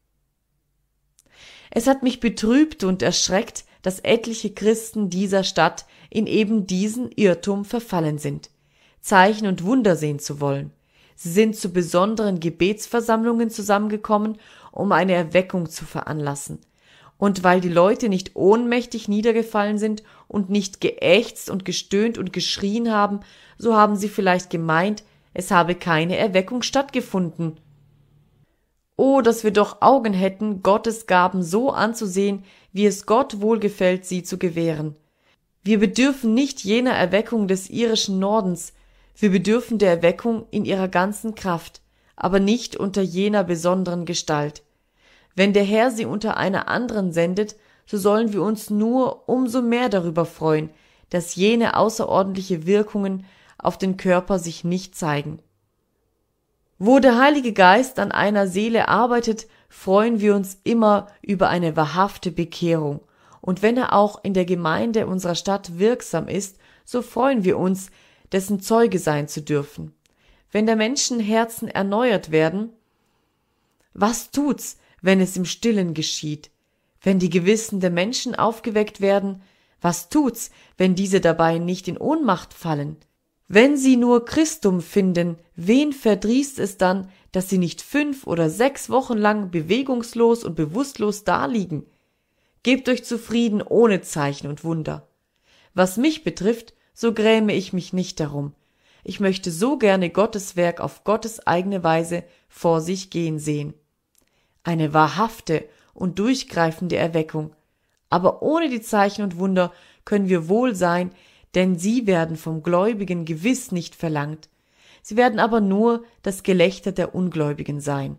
Es hat mich betrübt und erschreckt, dass etliche Christen dieser Stadt in eben diesen Irrtum verfallen sind, Zeichen und Wunder sehen zu wollen. Sie sind zu besonderen Gebetsversammlungen zusammengekommen, um eine Erweckung zu veranlassen. Und weil die Leute nicht ohnmächtig niedergefallen sind und nicht geächzt und gestöhnt und geschrien haben, so haben sie vielleicht gemeint, es habe keine Erweckung stattgefunden. Oh, dass wir doch Augen hätten, Gottes Gaben so anzusehen, wie es Gott wohlgefällt, sie zu gewähren. Wir bedürfen nicht jener Erweckung des irischen Nordens, wir bedürfen der Erweckung in ihrer ganzen Kraft, aber nicht unter jener besonderen Gestalt. Wenn der Herr sie unter einer anderen sendet, so sollen wir uns nur umso mehr darüber freuen, dass jene außerordentliche Wirkungen auf den Körper sich nicht zeigen. Wo der Heilige Geist an einer Seele arbeitet, freuen wir uns immer über eine wahrhafte Bekehrung. Und wenn er auch in der Gemeinde unserer Stadt wirksam ist, so freuen wir uns, dessen Zeuge sein zu dürfen. Wenn der Menschen Herzen erneuert werden, was tut's, wenn es im Stillen geschieht? Wenn die Gewissen der Menschen aufgeweckt werden, was tut's, wenn diese dabei nicht in Ohnmacht fallen? Wenn sie nur Christum finden, wen verdrießt es dann, dass sie nicht fünf oder sechs Wochen lang bewegungslos und bewusstlos daliegen? Gebt euch zufrieden ohne Zeichen und Wunder. Was mich betrifft, so gräme ich mich nicht darum. Ich möchte so gerne Gottes Werk auf Gottes eigene Weise vor sich gehen sehen. Eine wahrhafte und durchgreifende Erweckung. Aber ohne die Zeichen und Wunder können wir wohl sein, denn sie werden vom Gläubigen gewiss nicht verlangt. sie werden aber nur das Gelächter der Ungläubigen sein.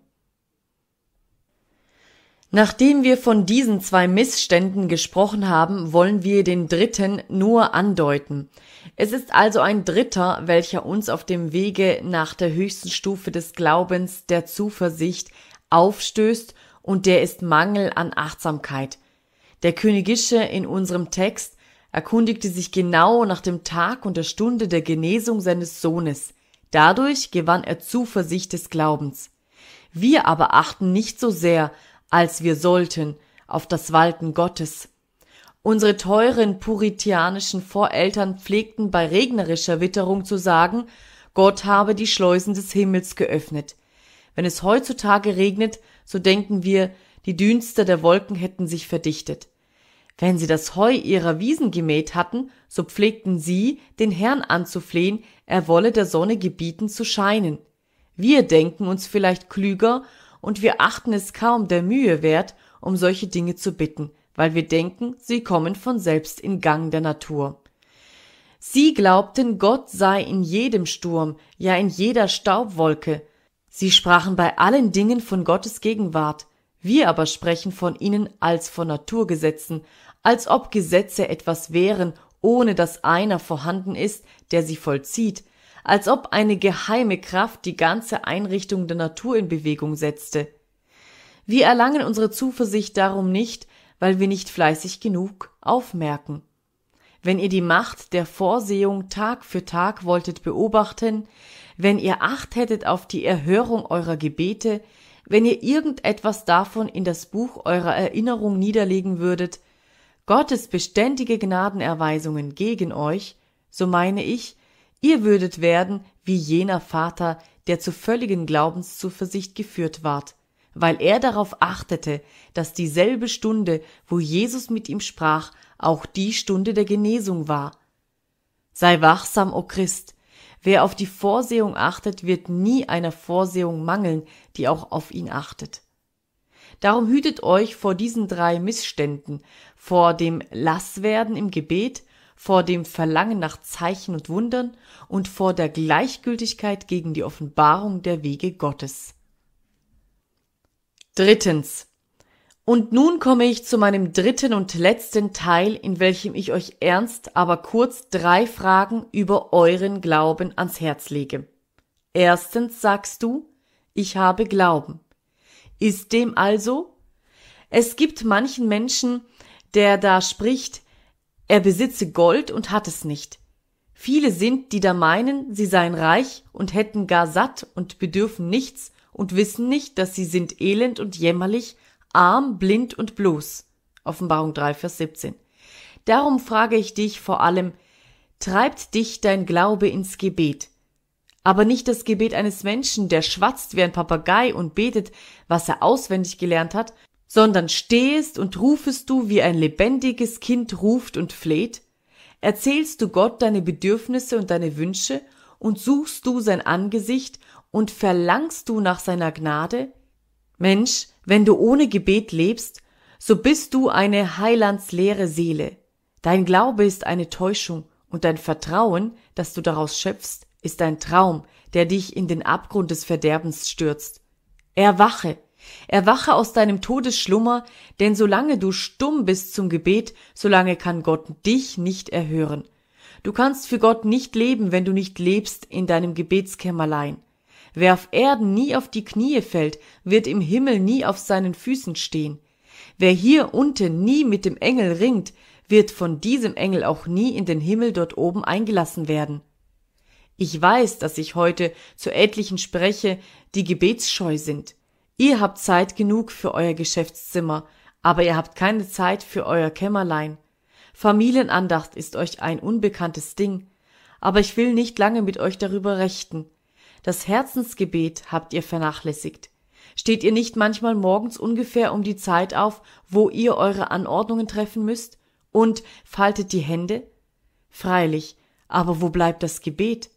Nachdem wir von diesen zwei Missständen gesprochen haben, wollen wir den dritten nur andeuten. Es ist also ein dritter, welcher uns auf dem Wege nach der höchsten Stufe des Glaubens, der Zuversicht, aufstößt, und der ist Mangel an Achtsamkeit. Der Königische in unserem Text erkundigte sich genau nach dem Tag und der Stunde der Genesung seines Sohnes. Dadurch gewann er Zuversicht des Glaubens. Wir aber achten nicht so sehr, als wir sollten, auf das Walten Gottes. Unsere teuren puritianischen Voreltern pflegten bei regnerischer Witterung zu sagen, Gott habe die Schleusen des Himmels geöffnet. Wenn es heutzutage regnet, so denken wir, die Dünste der Wolken hätten sich verdichtet. Wenn sie das Heu ihrer Wiesen gemäht hatten, so pflegten sie, den Herrn anzuflehen, er wolle der Sonne gebieten zu scheinen. Wir denken uns vielleicht klüger, und wir achten es kaum der Mühe wert, um solche Dinge zu bitten, weil wir denken, sie kommen von selbst in Gang der Natur. Sie glaubten, Gott sei in jedem Sturm, ja in jeder Staubwolke. Sie sprachen bei allen Dingen von Gottes Gegenwart. Wir aber sprechen von ihnen als von Naturgesetzen, als ob Gesetze etwas wären, ohne dass einer vorhanden ist, der sie vollzieht, als ob eine geheime Kraft die ganze Einrichtung der Natur in Bewegung setzte. Wir erlangen unsere Zuversicht darum nicht, weil wir nicht fleißig genug aufmerken. Wenn ihr die Macht der Vorsehung Tag für Tag wolltet beobachten, wenn ihr Acht hättet auf die Erhörung eurer Gebete, wenn ihr irgendetwas davon in das Buch eurer Erinnerung niederlegen würdet, Gottes beständige Gnadenerweisungen gegen euch, so meine ich, ihr würdet werden wie jener Vater, der zu völligen Glaubenszuversicht geführt ward, weil er darauf achtete, dass dieselbe Stunde, wo Jesus mit ihm sprach, auch die Stunde der Genesung war. Sei wachsam, o Christ! Wer auf die Vorsehung achtet, wird nie einer Vorsehung mangeln, die auch auf ihn achtet. Darum hütet euch vor diesen drei Missständen, vor dem Lasswerden im Gebet, vor dem Verlangen nach Zeichen und Wundern und vor der Gleichgültigkeit gegen die Offenbarung der Wege Gottes. Drittens. Und nun komme ich zu meinem dritten und letzten Teil, in welchem ich euch ernst, aber kurz drei Fragen über euren Glauben ans Herz lege. Erstens sagst du, ich habe Glauben. Ist dem also? Es gibt manchen Menschen, der da spricht, er besitze Gold und hat es nicht. Viele sind, die da meinen, sie seien reich und hätten gar satt und bedürfen nichts und wissen nicht, dass sie sind elend und jämmerlich, arm, blind und bloß. Offenbarung drei, Vers siebzehn. Darum frage ich dich vor allem, treibt dich dein Glaube ins Gebet? Aber nicht das Gebet eines Menschen, der schwatzt wie ein Papagei und betet, was er auswendig gelernt hat, sondern stehest und rufest du, wie ein lebendiges Kind ruft und fleht? Erzählst du Gott deine Bedürfnisse und deine Wünsche und suchst du sein Angesicht und verlangst du nach seiner Gnade? Mensch, wenn du ohne Gebet lebst, so bist du eine heilandsleere Seele. Dein Glaube ist eine Täuschung und dein Vertrauen, das du daraus schöpfst, ist ein Traum, der dich in den Abgrund des Verderbens stürzt. Erwache, erwache aus deinem Todesschlummer, denn solange du stumm bist zum Gebet, solange kann Gott dich nicht erhören. Du kannst für Gott nicht leben, wenn du nicht lebst in deinem Gebetskämmerlein. Wer auf Erden nie auf die Knie fällt, wird im Himmel nie auf seinen Füßen stehen. Wer hier unten nie mit dem Engel ringt, wird von diesem Engel auch nie in den Himmel dort oben eingelassen werden. Ich weiß, dass ich heute zu etlichen spreche, die gebetsscheu sind. Ihr habt Zeit genug für euer Geschäftszimmer, aber ihr habt keine Zeit für euer Kämmerlein. Familienandacht ist euch ein unbekanntes Ding, aber ich will nicht lange mit euch darüber rechten. Das Herzensgebet habt ihr vernachlässigt. Steht ihr nicht manchmal morgens ungefähr um die Zeit auf, wo ihr eure Anordnungen treffen müsst, und faltet die Hände? Freilich, aber wo bleibt das Gebet?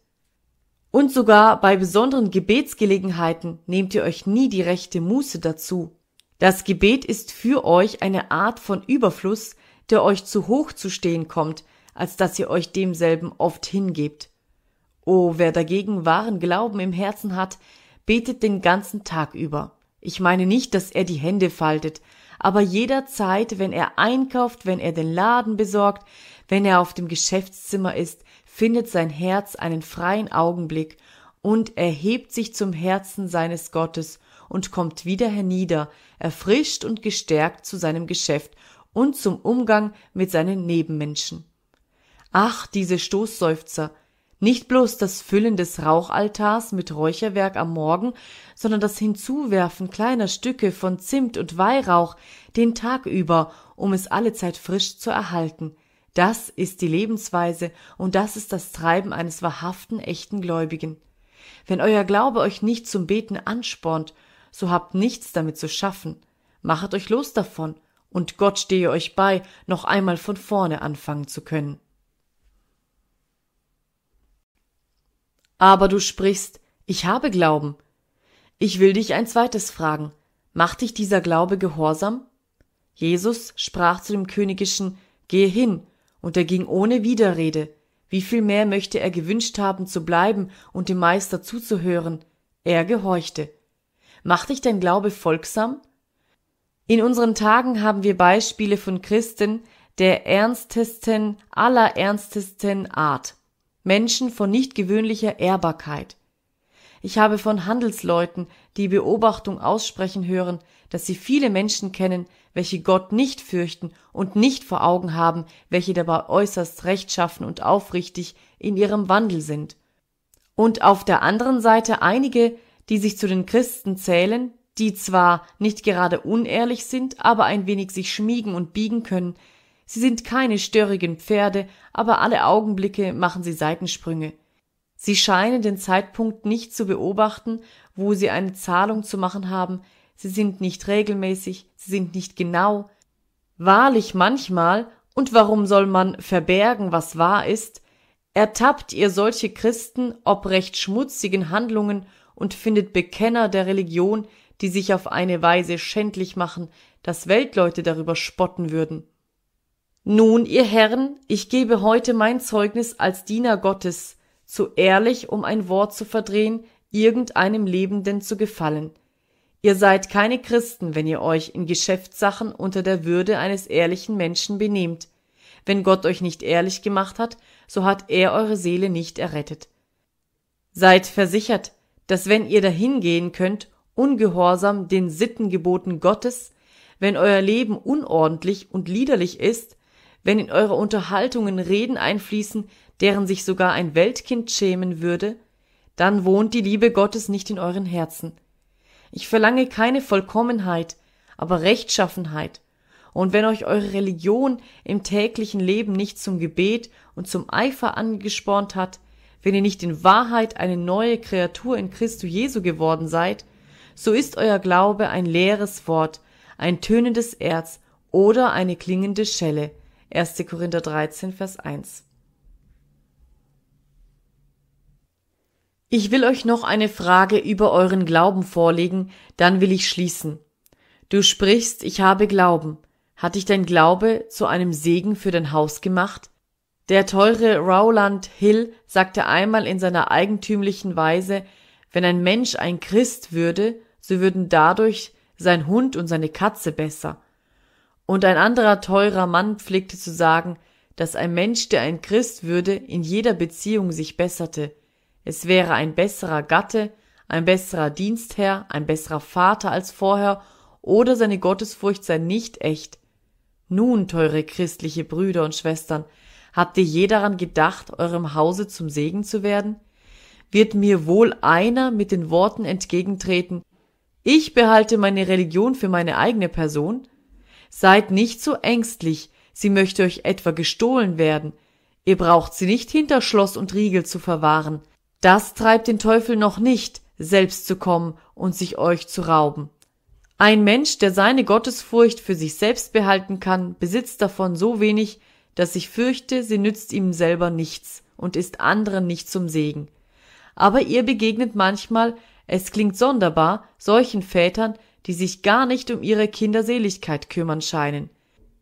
Und sogar bei besonderen Gebetsgelegenheiten nehmt ihr euch nie die rechte Muße dazu. Das Gebet ist für euch eine Art von Überfluss, der euch zu hoch zu stehen kommt, als dass ihr euch demselben oft hingebt. Oh, wer dagegen wahren Glauben im Herzen hat, betet den ganzen Tag über. Ich meine nicht, dass er die Hände faltet, aber jederzeit, wenn er einkauft, wenn er den Laden besorgt, wenn er auf dem Geschäftszimmer ist, findet sein Herz einen freien Augenblick und erhebt sich zum Herzen seines Gottes und kommt wieder hernieder, erfrischt und gestärkt zu seinem Geschäft und zum Umgang mit seinen Nebenmenschen. Ach, diese Stoßseufzer! Nicht bloß das Füllen des Rauchaltars mit Räucherwerk am Morgen, sondern das Hinzuwerfen kleiner Stücke von Zimt und Weihrauch den Tag über, um es allezeit frisch zu erhalten. Das ist die Lebensweise und das ist das Treiben eines wahrhaften, echten Gläubigen. Wenn euer Glaube euch nicht zum Beten anspornt, so habt nichts damit zu schaffen. Machet euch los davon, und Gott stehe euch bei, noch einmal von vorne anfangen zu können. Aber du sprichst, ich habe Glauben. Ich will dich ein zweites fragen. Macht dich dieser Glaube gehorsam? Jesus sprach zu dem Königischen, gehe hin, und er ging ohne Widerrede. Wie viel mehr möchte er gewünscht haben, zu bleiben und dem Meister zuzuhören? Er gehorchte. Macht dich dein Glaube folgsam? In unseren Tagen haben wir Beispiele von Christen der ernstesten, allerernstesten Art. Menschen von nicht gewöhnlicher Ehrbarkeit. Ich habe von Handelsleuten die Beobachtung aussprechen hören, dass sie viele Menschen kennen, welche Gott nicht fürchten und nicht vor Augen haben, welche dabei äußerst rechtschaffen und aufrichtig in ihrem Wandel sind. Und auf der anderen Seite einige, die sich zu den Christen zählen, die zwar nicht gerade unehrlich sind, aber ein wenig sich schmiegen und biegen können. Sie sind keine störrigen Pferde, aber alle Augenblicke machen sie Seitensprünge. Sie scheinen den Zeitpunkt nicht zu beobachten, wo sie eine Zahlung zu machen haben. Sie sind nicht regelmäßig, sie sind nicht genau. Wahrlich manchmal, und warum soll man verbergen, was wahr ist, ertappt ihr solche Christen ob recht schmutzigen Handlungen und findet Bekenner der Religion, die sich auf eine Weise schändlich machen, dass Weltleute darüber spotten würden. Nun, ihr Herren, ich gebe heute mein Zeugnis als Diener Gottes, zu ehrlich, um ein Wort zu verdrehen, irgendeinem Lebenden zu gefallen. Ihr seid keine Christen, wenn ihr euch in Geschäftssachen unter der Würde eines ehrlichen Menschen benehmt. Wenn Gott euch nicht ehrlich gemacht hat, so hat er eure Seele nicht errettet. Seid versichert, dass wenn ihr dahin gehen könnt, ungehorsam den Sittengeboten Gottes, wenn euer Leben unordentlich und liederlich ist, wenn in eure Unterhaltungen Reden einfließen, deren sich sogar ein Weltkind schämen würde, dann wohnt die Liebe Gottes nicht in euren Herzen. Ich verlange keine Vollkommenheit, aber Rechtschaffenheit. Und wenn euch eure Religion im täglichen Leben nicht zum Gebet und zum Eifer angespornt hat, wenn ihr nicht in Wahrheit eine neue Kreatur in Christo Jesu geworden seid, so ist euer Glaube ein leeres Wort, ein tönendes Erz oder eine klingende Schelle. erster Korinther dreizehn, Vers eins. Ich will euch noch eine Frage über euren Glauben vorlegen, dann will ich schließen. Du sprichst, ich habe Glauben. Hat dich dein Glaube zu einem Segen für dein Haus gemacht? Der teure Rowland Hill sagte einmal in seiner eigentümlichen Weise, wenn ein Mensch ein Christ würde, so würden dadurch sein Hund und seine Katze besser. Und ein anderer teurer Mann pflegte zu sagen, dass ein Mensch, der ein Christ würde, in jeder Beziehung sich besserte. Es wäre ein besserer Gatte, ein besserer Dienstherr, ein besserer Vater als vorher, oder seine Gottesfurcht sei nicht echt. Nun, teure christliche Brüder und Schwestern, habt ihr je daran gedacht, eurem Hause zum Segen zu werden? Wird mir wohl einer mit den Worten entgegentreten, ich behalte meine Religion für meine eigene Person? Seid nicht so ängstlich, sie möchte euch etwa gestohlen werden. Ihr braucht sie nicht hinter Schloss und Riegel zu verwahren. Das treibt den Teufel noch nicht, selbst zu kommen und sich euch zu rauben. Ein Mensch, der seine Gottesfurcht für sich selbst behalten kann, besitzt davon so wenig, dass ich fürchte, sie nützt ihm selber nichts und ist anderen nicht zum Segen. Aber ihr begegnet manchmal, es klingt sonderbar, solchen Vätern, die sich gar nicht um ihre Kinderseligkeit kümmern scheinen.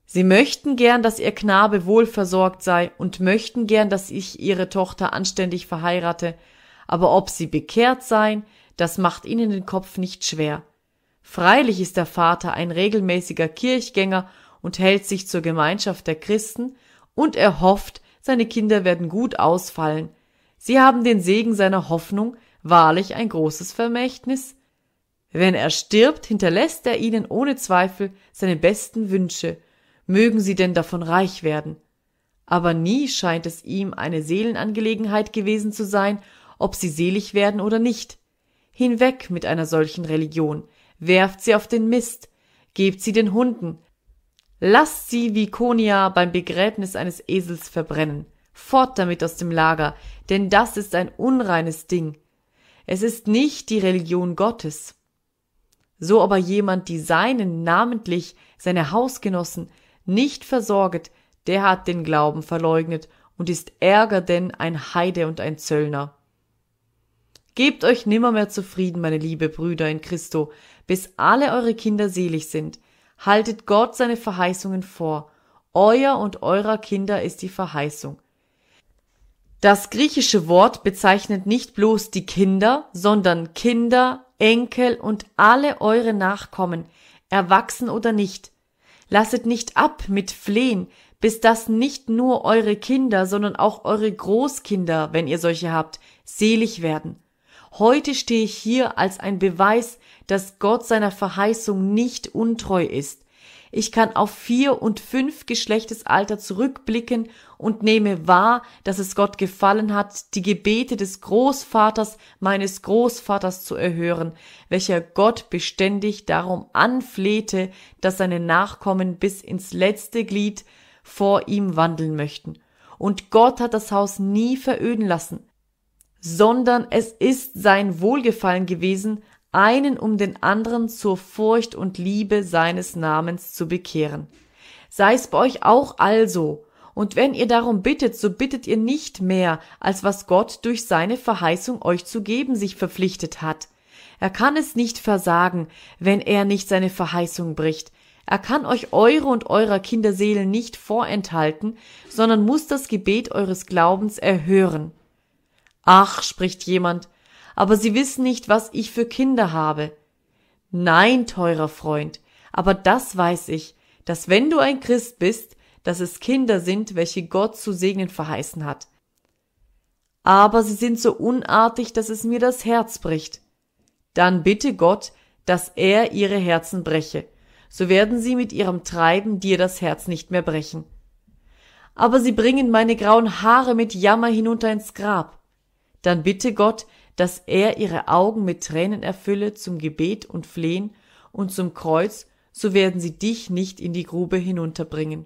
Sie möchten gern, dass ihr Knabe wohlversorgt sei und möchten gern, dass ich ihre Tochter anständig verheirate, aber ob sie bekehrt seien, das macht ihnen den Kopf nicht schwer. Freilich ist der Vater ein regelmäßiger Kirchgänger und hält sich zur Gemeinschaft der Christen, und er hofft, seine Kinder werden gut ausfallen. Sie haben den Segen seiner Hoffnung, wahrlich ein großes Vermächtnis. Wenn er stirbt, hinterlässt er ihnen ohne Zweifel seine besten Wünsche, mögen sie denn davon reich werden. Aber nie scheint es ihm eine Seelenangelegenheit gewesen zu sein, ob sie selig werden oder nicht. Hinweg mit einer solchen Religion, werft sie auf den Mist, gebt sie den Hunden, lasst sie wie Konia beim Begräbnis eines Esels verbrennen, fort damit aus dem Lager, denn das ist ein unreines Ding. Es ist nicht die Religion Gottes. So aber jemand die Seinen, namentlich seine Hausgenossen, nicht versorget, der hat den Glauben verleugnet und ist ärger denn ein Heide und ein Zöllner. Gebt euch nimmermehr zufrieden, meine liebe Brüder in Christo, bis alle eure Kinder selig sind. Haltet Gott seine Verheißungen vor. Euer und eurer Kinder ist die Verheißung. Das griechische Wort bezeichnet nicht bloß die Kinder, sondern Kinder, Enkel und alle eure Nachkommen, erwachsen oder nicht. Lasset nicht ab mit Flehen, bis dass nicht nur eure Kinder, sondern auch eure Großkinder, wenn ihr solche habt, selig werden. Heute stehe ich hier als ein Beweis, dass Gott seiner Verheißung nicht untreu ist. Ich kann auf vier und fünf Geschlechtesalter zurückblicken und nehme wahr, dass es Gott gefallen hat, die Gebete des Großvaters meines Großvaters zu erhören, welcher Gott beständig darum anflehte, dass seine Nachkommen bis ins letzte Glied vor ihm wandeln möchten. Und Gott hat das Haus nie veröden lassen, sondern es ist sein Wohlgefallen gewesen, einen um den anderen zur Furcht und Liebe seines Namens zu bekehren. Sei es bei euch auch also, und wenn ihr darum bittet, so bittet ihr nicht mehr, als was Gott durch seine Verheißung euch zu geben sich verpflichtet hat. Er kann es nicht versagen, wenn er nicht seine Verheißung bricht. Er kann euch eure und eurer Kinderseelen nicht vorenthalten, sondern muss das Gebet eures Glaubens erhören. Ach, spricht jemand, aber Sie wissen nicht, was ich für Kinder habe. Nein, teurer Freund, aber das weiß ich, dass wenn du ein Christ bist, dass es Kinder sind, welche Gott zu segnen verheißen hat. Aber sie sind so unartig, dass es mir das Herz bricht. Dann bitte Gott, dass er ihre Herzen breche, so werden sie mit ihrem Treiben dir das Herz nicht mehr brechen. Aber sie bringen meine grauen Haare mit Jammer hinunter ins Grab. Dann bitte Gott, dass er ihre Augen mit Tränen erfülle zum Gebet und Flehen und zum Kreuz, so werden sie dich nicht in die Grube hinunterbringen.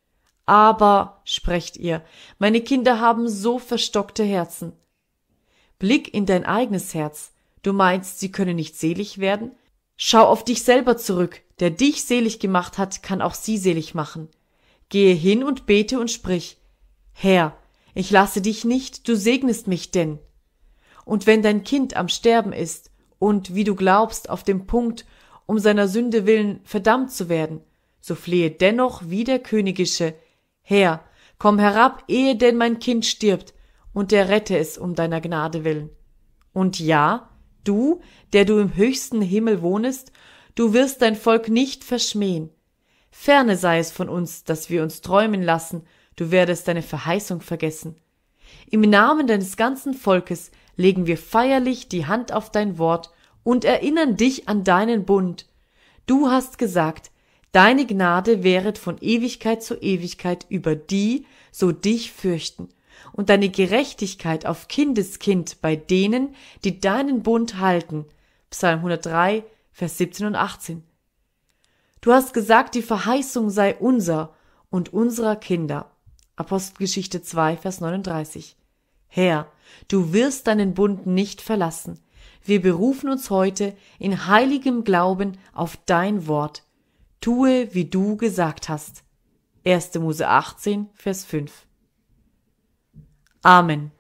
Aber, sprecht ihr, meine Kinder haben so verstockte Herzen. Blick in dein eigenes Herz. Du meinst, sie können nicht selig werden? Schau auf dich selber zurück. Der dich selig gemacht hat, kann auch sie selig machen. Gehe hin und bete und sprich: Herr, ich lasse dich nicht, du segnest mich denn. Und wenn dein Kind am Sterben ist und, wie du glaubst, auf dem Punkt, um seiner Sünde willen verdammt zu werden, so flehe dennoch wie der Königische: Herr, komm herab, ehe denn mein Kind stirbt, und errette es um deiner Gnade willen. Und ja, du, der du im höchsten Himmel wohnest, du wirst dein Volk nicht verschmähen. Ferne sei es von uns, dass wir uns träumen lassen, du werdest deine Verheißung vergessen. Im Namen deines ganzen Volkes legen wir feierlich die Hand auf dein Wort und erinnern dich an deinen Bund. Du hast gesagt, deine Gnade währet von Ewigkeit zu Ewigkeit über die, so dich fürchten, und deine Gerechtigkeit auf Kindeskind bei denen, die deinen Bund halten. Psalm hundertdrei, Vers siebzehn und achtzehn. Du hast gesagt, die Verheißung sei unser und unserer Kinder. Apostelgeschichte zwei, Vers neununddreißig. Herr, du wirst deinen Bund nicht verlassen. Wir berufen uns heute in heiligem Glauben auf dein Wort. Tue, wie du gesagt hast. erster Mose achtzehn, Vers fünf. Amen.